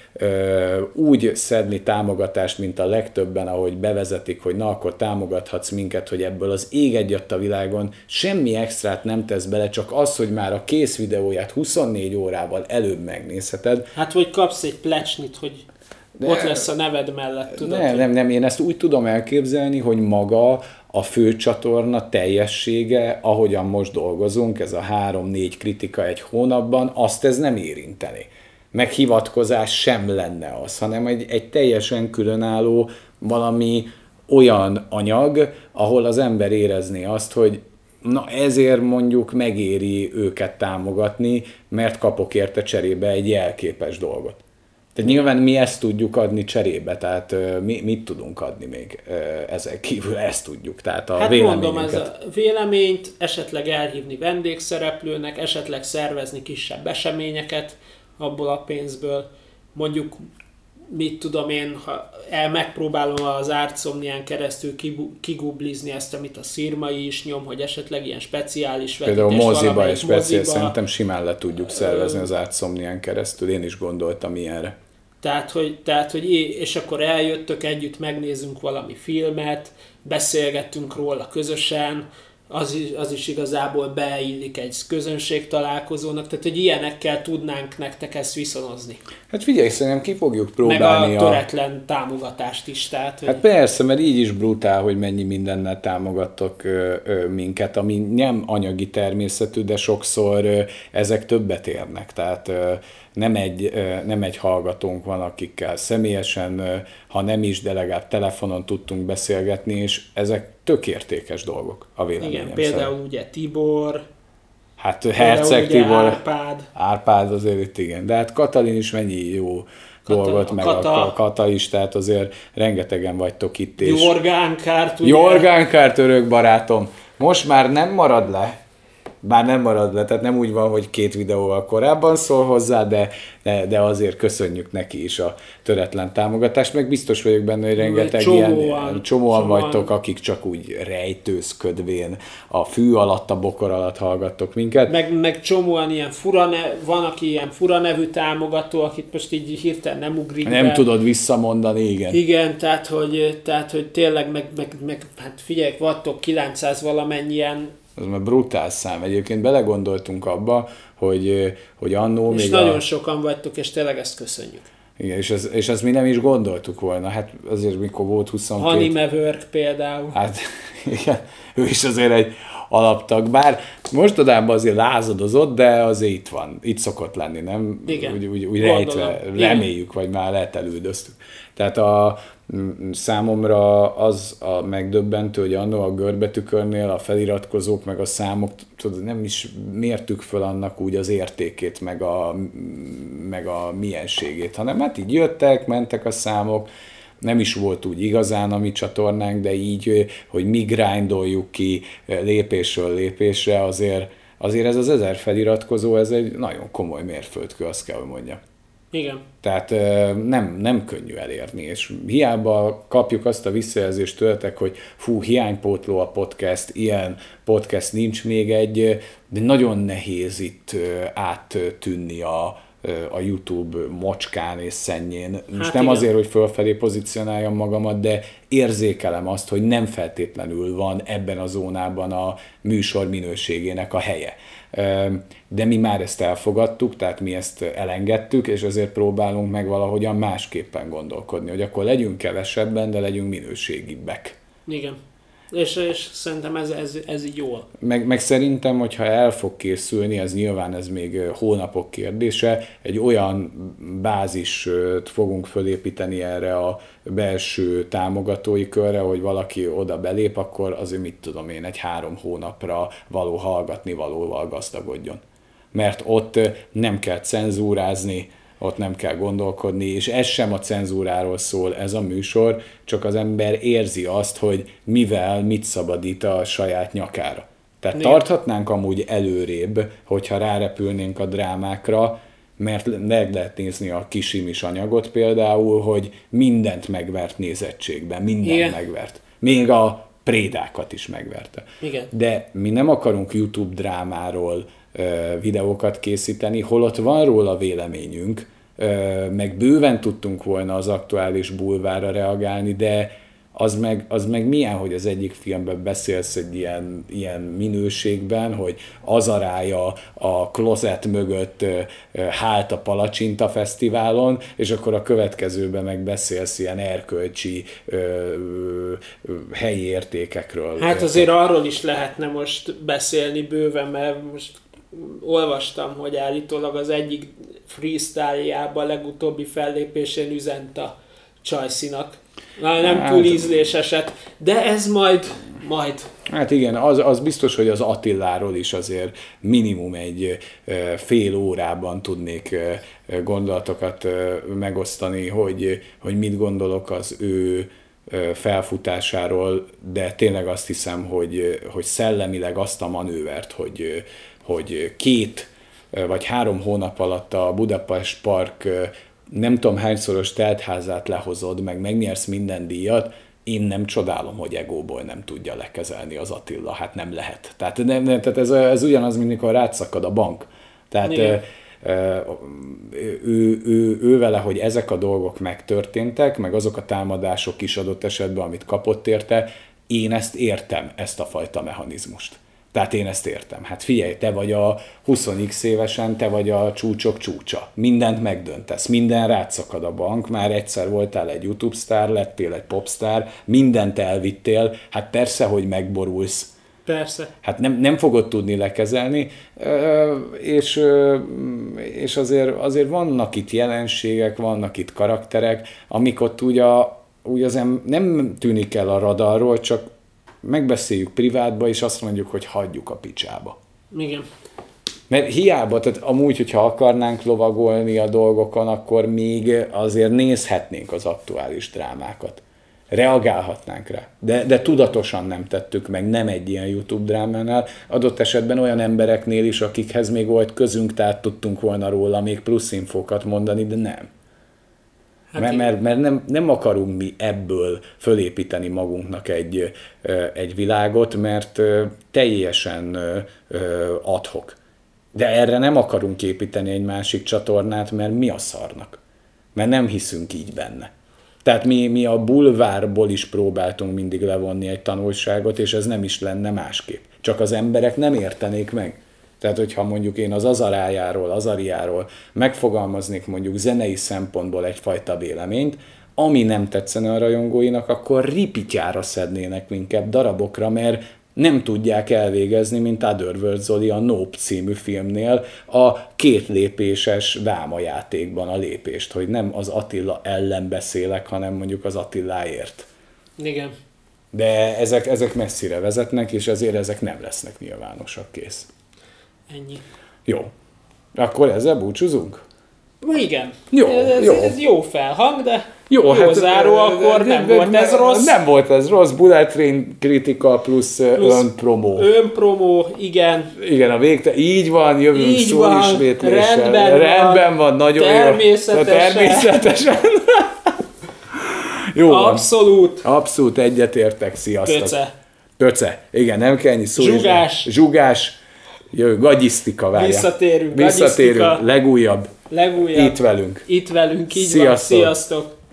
úgy szedni támogatást, mint a legtöbben, ahogy bevezetik, hogy na, akkor támogathatsz minket, hogy ebből az ég egyatt a világon semmi extrát nem tesz bele, csak az, hogy már a kész videóját 24 órával előbb megnézheted. Hát, hogy kapsz egy plecsnit, hogy ott lesz a neved mellett, tudod? Nem, én ezt úgy tudom elképzelni, hogy maga a főcsatorna teljessége, ahogyan most dolgozunk, ez a 3-4 kritika egy hónapban, azt ez nem érinteni. Meghivatkozás sem lenne az, hanem egy teljesen különálló valami olyan anyag, ahol az ember érezné azt, hogy na ezért mondjuk megéri őket támogatni, mert kapok érte cserébe egy jelképes dolgot. Tehát nyilván mi ezt tudjuk adni cserébe, tehát mit tudunk adni még ezek kívül, ezt tudjuk, tehát a véleményünket. Mondom, ez a véleményt, esetleg elhívni vendégszereplőnek, esetleg szervezni kisebb eseményeket abból a pénzből, mondjuk mit tudom én, ha megpróbálom az Artsomnián keresztül kiguglizni ezt, amit a Szirmai is nyom, hogy esetleg ilyen speciális vetítés. Például moziba és speciális, szerintem simán le tudjuk szervezni az Artsomnián keresztül, én is gondoltam ilyenre. Tehát, hogy és akkor eljöttök együtt, megnézzünk valami filmet, beszélgettünk róla közösen, az is igazából beillik egy közönségtalálkozónak, tehát hogy ilyenekkel tudnánk nektek ezt viszonozni. Hát figyelj, szerintem ki fogjuk próbálni meg a töretlen támogatást is. Tehát, Hát persze, mert így is brutál, hogy mennyi mindennel támogattok minket, ami nem anyagi természetű, de sokszor ezek többet érnek. Tehát nem egy hallgatónk van, akikkel személyesen, ha nem is, de legalább telefonon tudtunk beszélgetni, és ezek tök értékes dolgok a véleményem szerint. Igen, például ugye Tibor, hát Herceg Tibor, Árpád azért itt igen, de hát Katalin is mennyi jó dolgot, meg a Kata is, tehát azért rengetegen vagytok itt. Jorgánkárt, örök barátom, most már nem marad le, tehát nem úgy van, hogy 2 videóval korábban szól hozzá, de azért köszönjük neki is a töretlen támogatást, meg biztos vagyok benne, hogy rengeteg csomóan vagytok, akik csak úgy rejtőzködvén a fű alatt, a bokor alatt hallgattok minket. Meg csomóan ilyen van, aki ilyen fura nevű támogató, akit most így hirtelen nem ugrik nem be. Tudod visszamondani, igen. Igen, tehát hogy tényleg, meg hát figyelj, vagytok 900 valamennyien. Az már brutál szám. Egyébként belegondoltunk abba, hogy annó és még nagyon sokan vagytok, és tényleg ezt köszönjük. Igen, és ezt mi nem is gondoltuk volna. Hát azért mikor volt 22... Anime Work például. Hát igen, ő is azért egy alaptag. Bár mostodában azért lázadozott, de azért itt van. Itt szokott lenni, nem? Igen. Úgy rejtve, reméljük, vagy már lehet elüldöztük. Tehát számomra az a megdöbbentő, hogy annó a görbetükörnél a feliratkozók, meg a számok, tudod, nem is mértük föl annak úgy az értékét, meg a mienségét, hanem hát így jöttek, mentek a számok, nem is volt úgy igazán a mi csatornánk, de így, hogy mi grindoljuk ki lépésről lépésre, azért ez az 1000 feliratkozó, ez egy nagyon komoly mérföldkő, azt kell, hogy mondjam. Igen. Tehát nem könnyű elérni, és hiába kapjuk azt a visszajelzést tőletek, hogy hiánypótló a podcast, ilyen podcast nincs még egy, de nagyon nehéz itt áttűnni a YouTube mocskán és szennyén. Most nem igen. azért, hogy fölfelé pozícionáljam magamat, de érzékelem azt, hogy nem feltétlenül van ebben a zónában a műsor minőségének a helye. De mi már ezt elfogadtuk, tehát mi ezt elengedtük, és ezért próbálunk meg valahogyan másképpen gondolkodni, hogy akkor legyünk kevesebben, de legyünk minőségibbek. Igen. És szerintem ez így jól. Meg szerintem, hogyha el fog készülni, ez nyilván ez még hónapok kérdése, egy olyan bázist fogunk fölépíteni erre a belső támogatói körre, hogy valaki oda belép, akkor azért mit tudom én, egy 3 hónapra való hallgatni valóval gazdagodjon. Mert ott nem kell cenzúrázni, ott nem kell gondolkodni, és ez sem a cenzúráról szól ez a műsor, csak az ember érzi azt, hogy mit szabadít a saját nyakára. Tehát tarthatnánk amúgy előrébb, hogyha rárepülnénk a drámákra, mert meg lehet nézni a Kisimis anyagot például, hogy mindent megvert nézettségben, mindent megvert. Még a prédákat is megverte. Igen. De mi nem akarunk YouTube drámáról videókat készíteni, holott van róla véleményünk, meg bőven tudtunk volna az aktuális bulvárra reagálni, de az meg milyen, hogy az egyik filmben beszélsz egy ilyen minőségben, hogy Azarája a klozet mögött hált a Palacsinta Fesztiválon, és akkor a következőben meg beszélsz ilyen erkölcsi helyi értékekről. Hát azért arról is lehetne most beszélni bőven, mert most olvastam, hogy állítólag az egyik freestyle-jában legutóbbi fellépésén üzent a Csajszinak. Nem túl ízléseset, de ez majd. Hát igen, az biztos, hogy az Attiláról is azért minimum egy fél órában tudnék gondolatokat megosztani, hogy mit gondolok az ő felfutásáról, de tényleg azt hiszem, hogy szellemileg azt a manővert, hogy 2 vagy 3 hónap alatt a Budapest Park nem tudom hányszoros teltházát lehozod, meg megnyersz minden díjat, én nem csodálom, hogy egóból nem tudja lekezelni az Attila. Hát nem lehet. Tehát ez ugyanaz, mint mikor rátszakad a bank. Tehát ő vele, hogy ezek a dolgok megtörténtek, meg azok a támadások is adott esetben, amit kapott érte, Én ezt értem, ezt a fajta mechanizmust. Tehát én ezt értem. Hát figyelj, te vagy a 20x évesen, te vagy a csúcsok csúcsa. Mindent megdöntesz, minden rád szakad a bank, már egyszer voltál egy YouTube sztár, lettél egy popstar, mindent elvittél, hát persze, hogy megborulsz. Persze. Hát nem fogod tudni lekezelni, és azért vannak itt jelenségek, vannak itt karakterek, amik ott úgy azért nem tűnik el a radarról, csak megbeszéljük privátba, és azt mondjuk, hogy hagyjuk a picsába. Igen. Mert hiába, tehát amúgy, hogyha akarnánk lovagolni a dolgokon, akkor még azért nézhetnénk az aktuális drámákat. Reagálhatnánk rá. De tudatosan nem tettük meg, nem egy ilyen YouTube drámánál, adott esetben olyan embereknél is, akikhez még volt közünk, tehát tudtunk volna róla még plusz infókat mondani, de nem. Hát mert nem akarunk mi ebből fölépíteni magunknak egy világot, mert teljesen ad-hoc. De erre nem akarunk építeni egy másik csatornát, mert mi a szarnak? Mert nem hiszünk így benne. Tehát mi a bulvárból is próbáltunk mindig levonni egy tanulságot, és ez nem is lenne másképp. Csak az emberek nem értenék meg. Tehát, hogyha mondjuk én az Azariáról megfogalmaznék mondjuk zenei szempontból egyfajta véleményt, ami nem tetszene a rajongóinak, akkor ripityára szednének minket darabokra, mert nem tudják elvégezni, mint Otherworld Zoli a Nope című filmnél a 2 lépéses drámajátékban a lépést, hogy nem az Attila ellen beszélek, hanem mondjuk az Attiláért. Igen. De ezek messzire vezetnek, és azért ezek nem lesznek nyilvánosak, kész. Ennyi. Jó. Akkor ezzel búcsúzunk? Igen. Jó, ez jó felhang, de jó hát, záró, akkor nem volt ez rossz. Nem volt ez rossz, Bullet Train kritika plusz önpromó. Önpromó, igen. Igen, a végte, így van, jövünk így szó van, ismétléssel. Rendben van, nagyon természetesen. Jó Abszolút. Van. Abszolút egyetértek, sziasztok. Pöce. Igen, nem kell ennyi szó. Zsugás. Jövő, gagyisztika, várjál. Visszatérünk. Legújabb. Itt velünk, így Sziasztok. van. Sziasztok.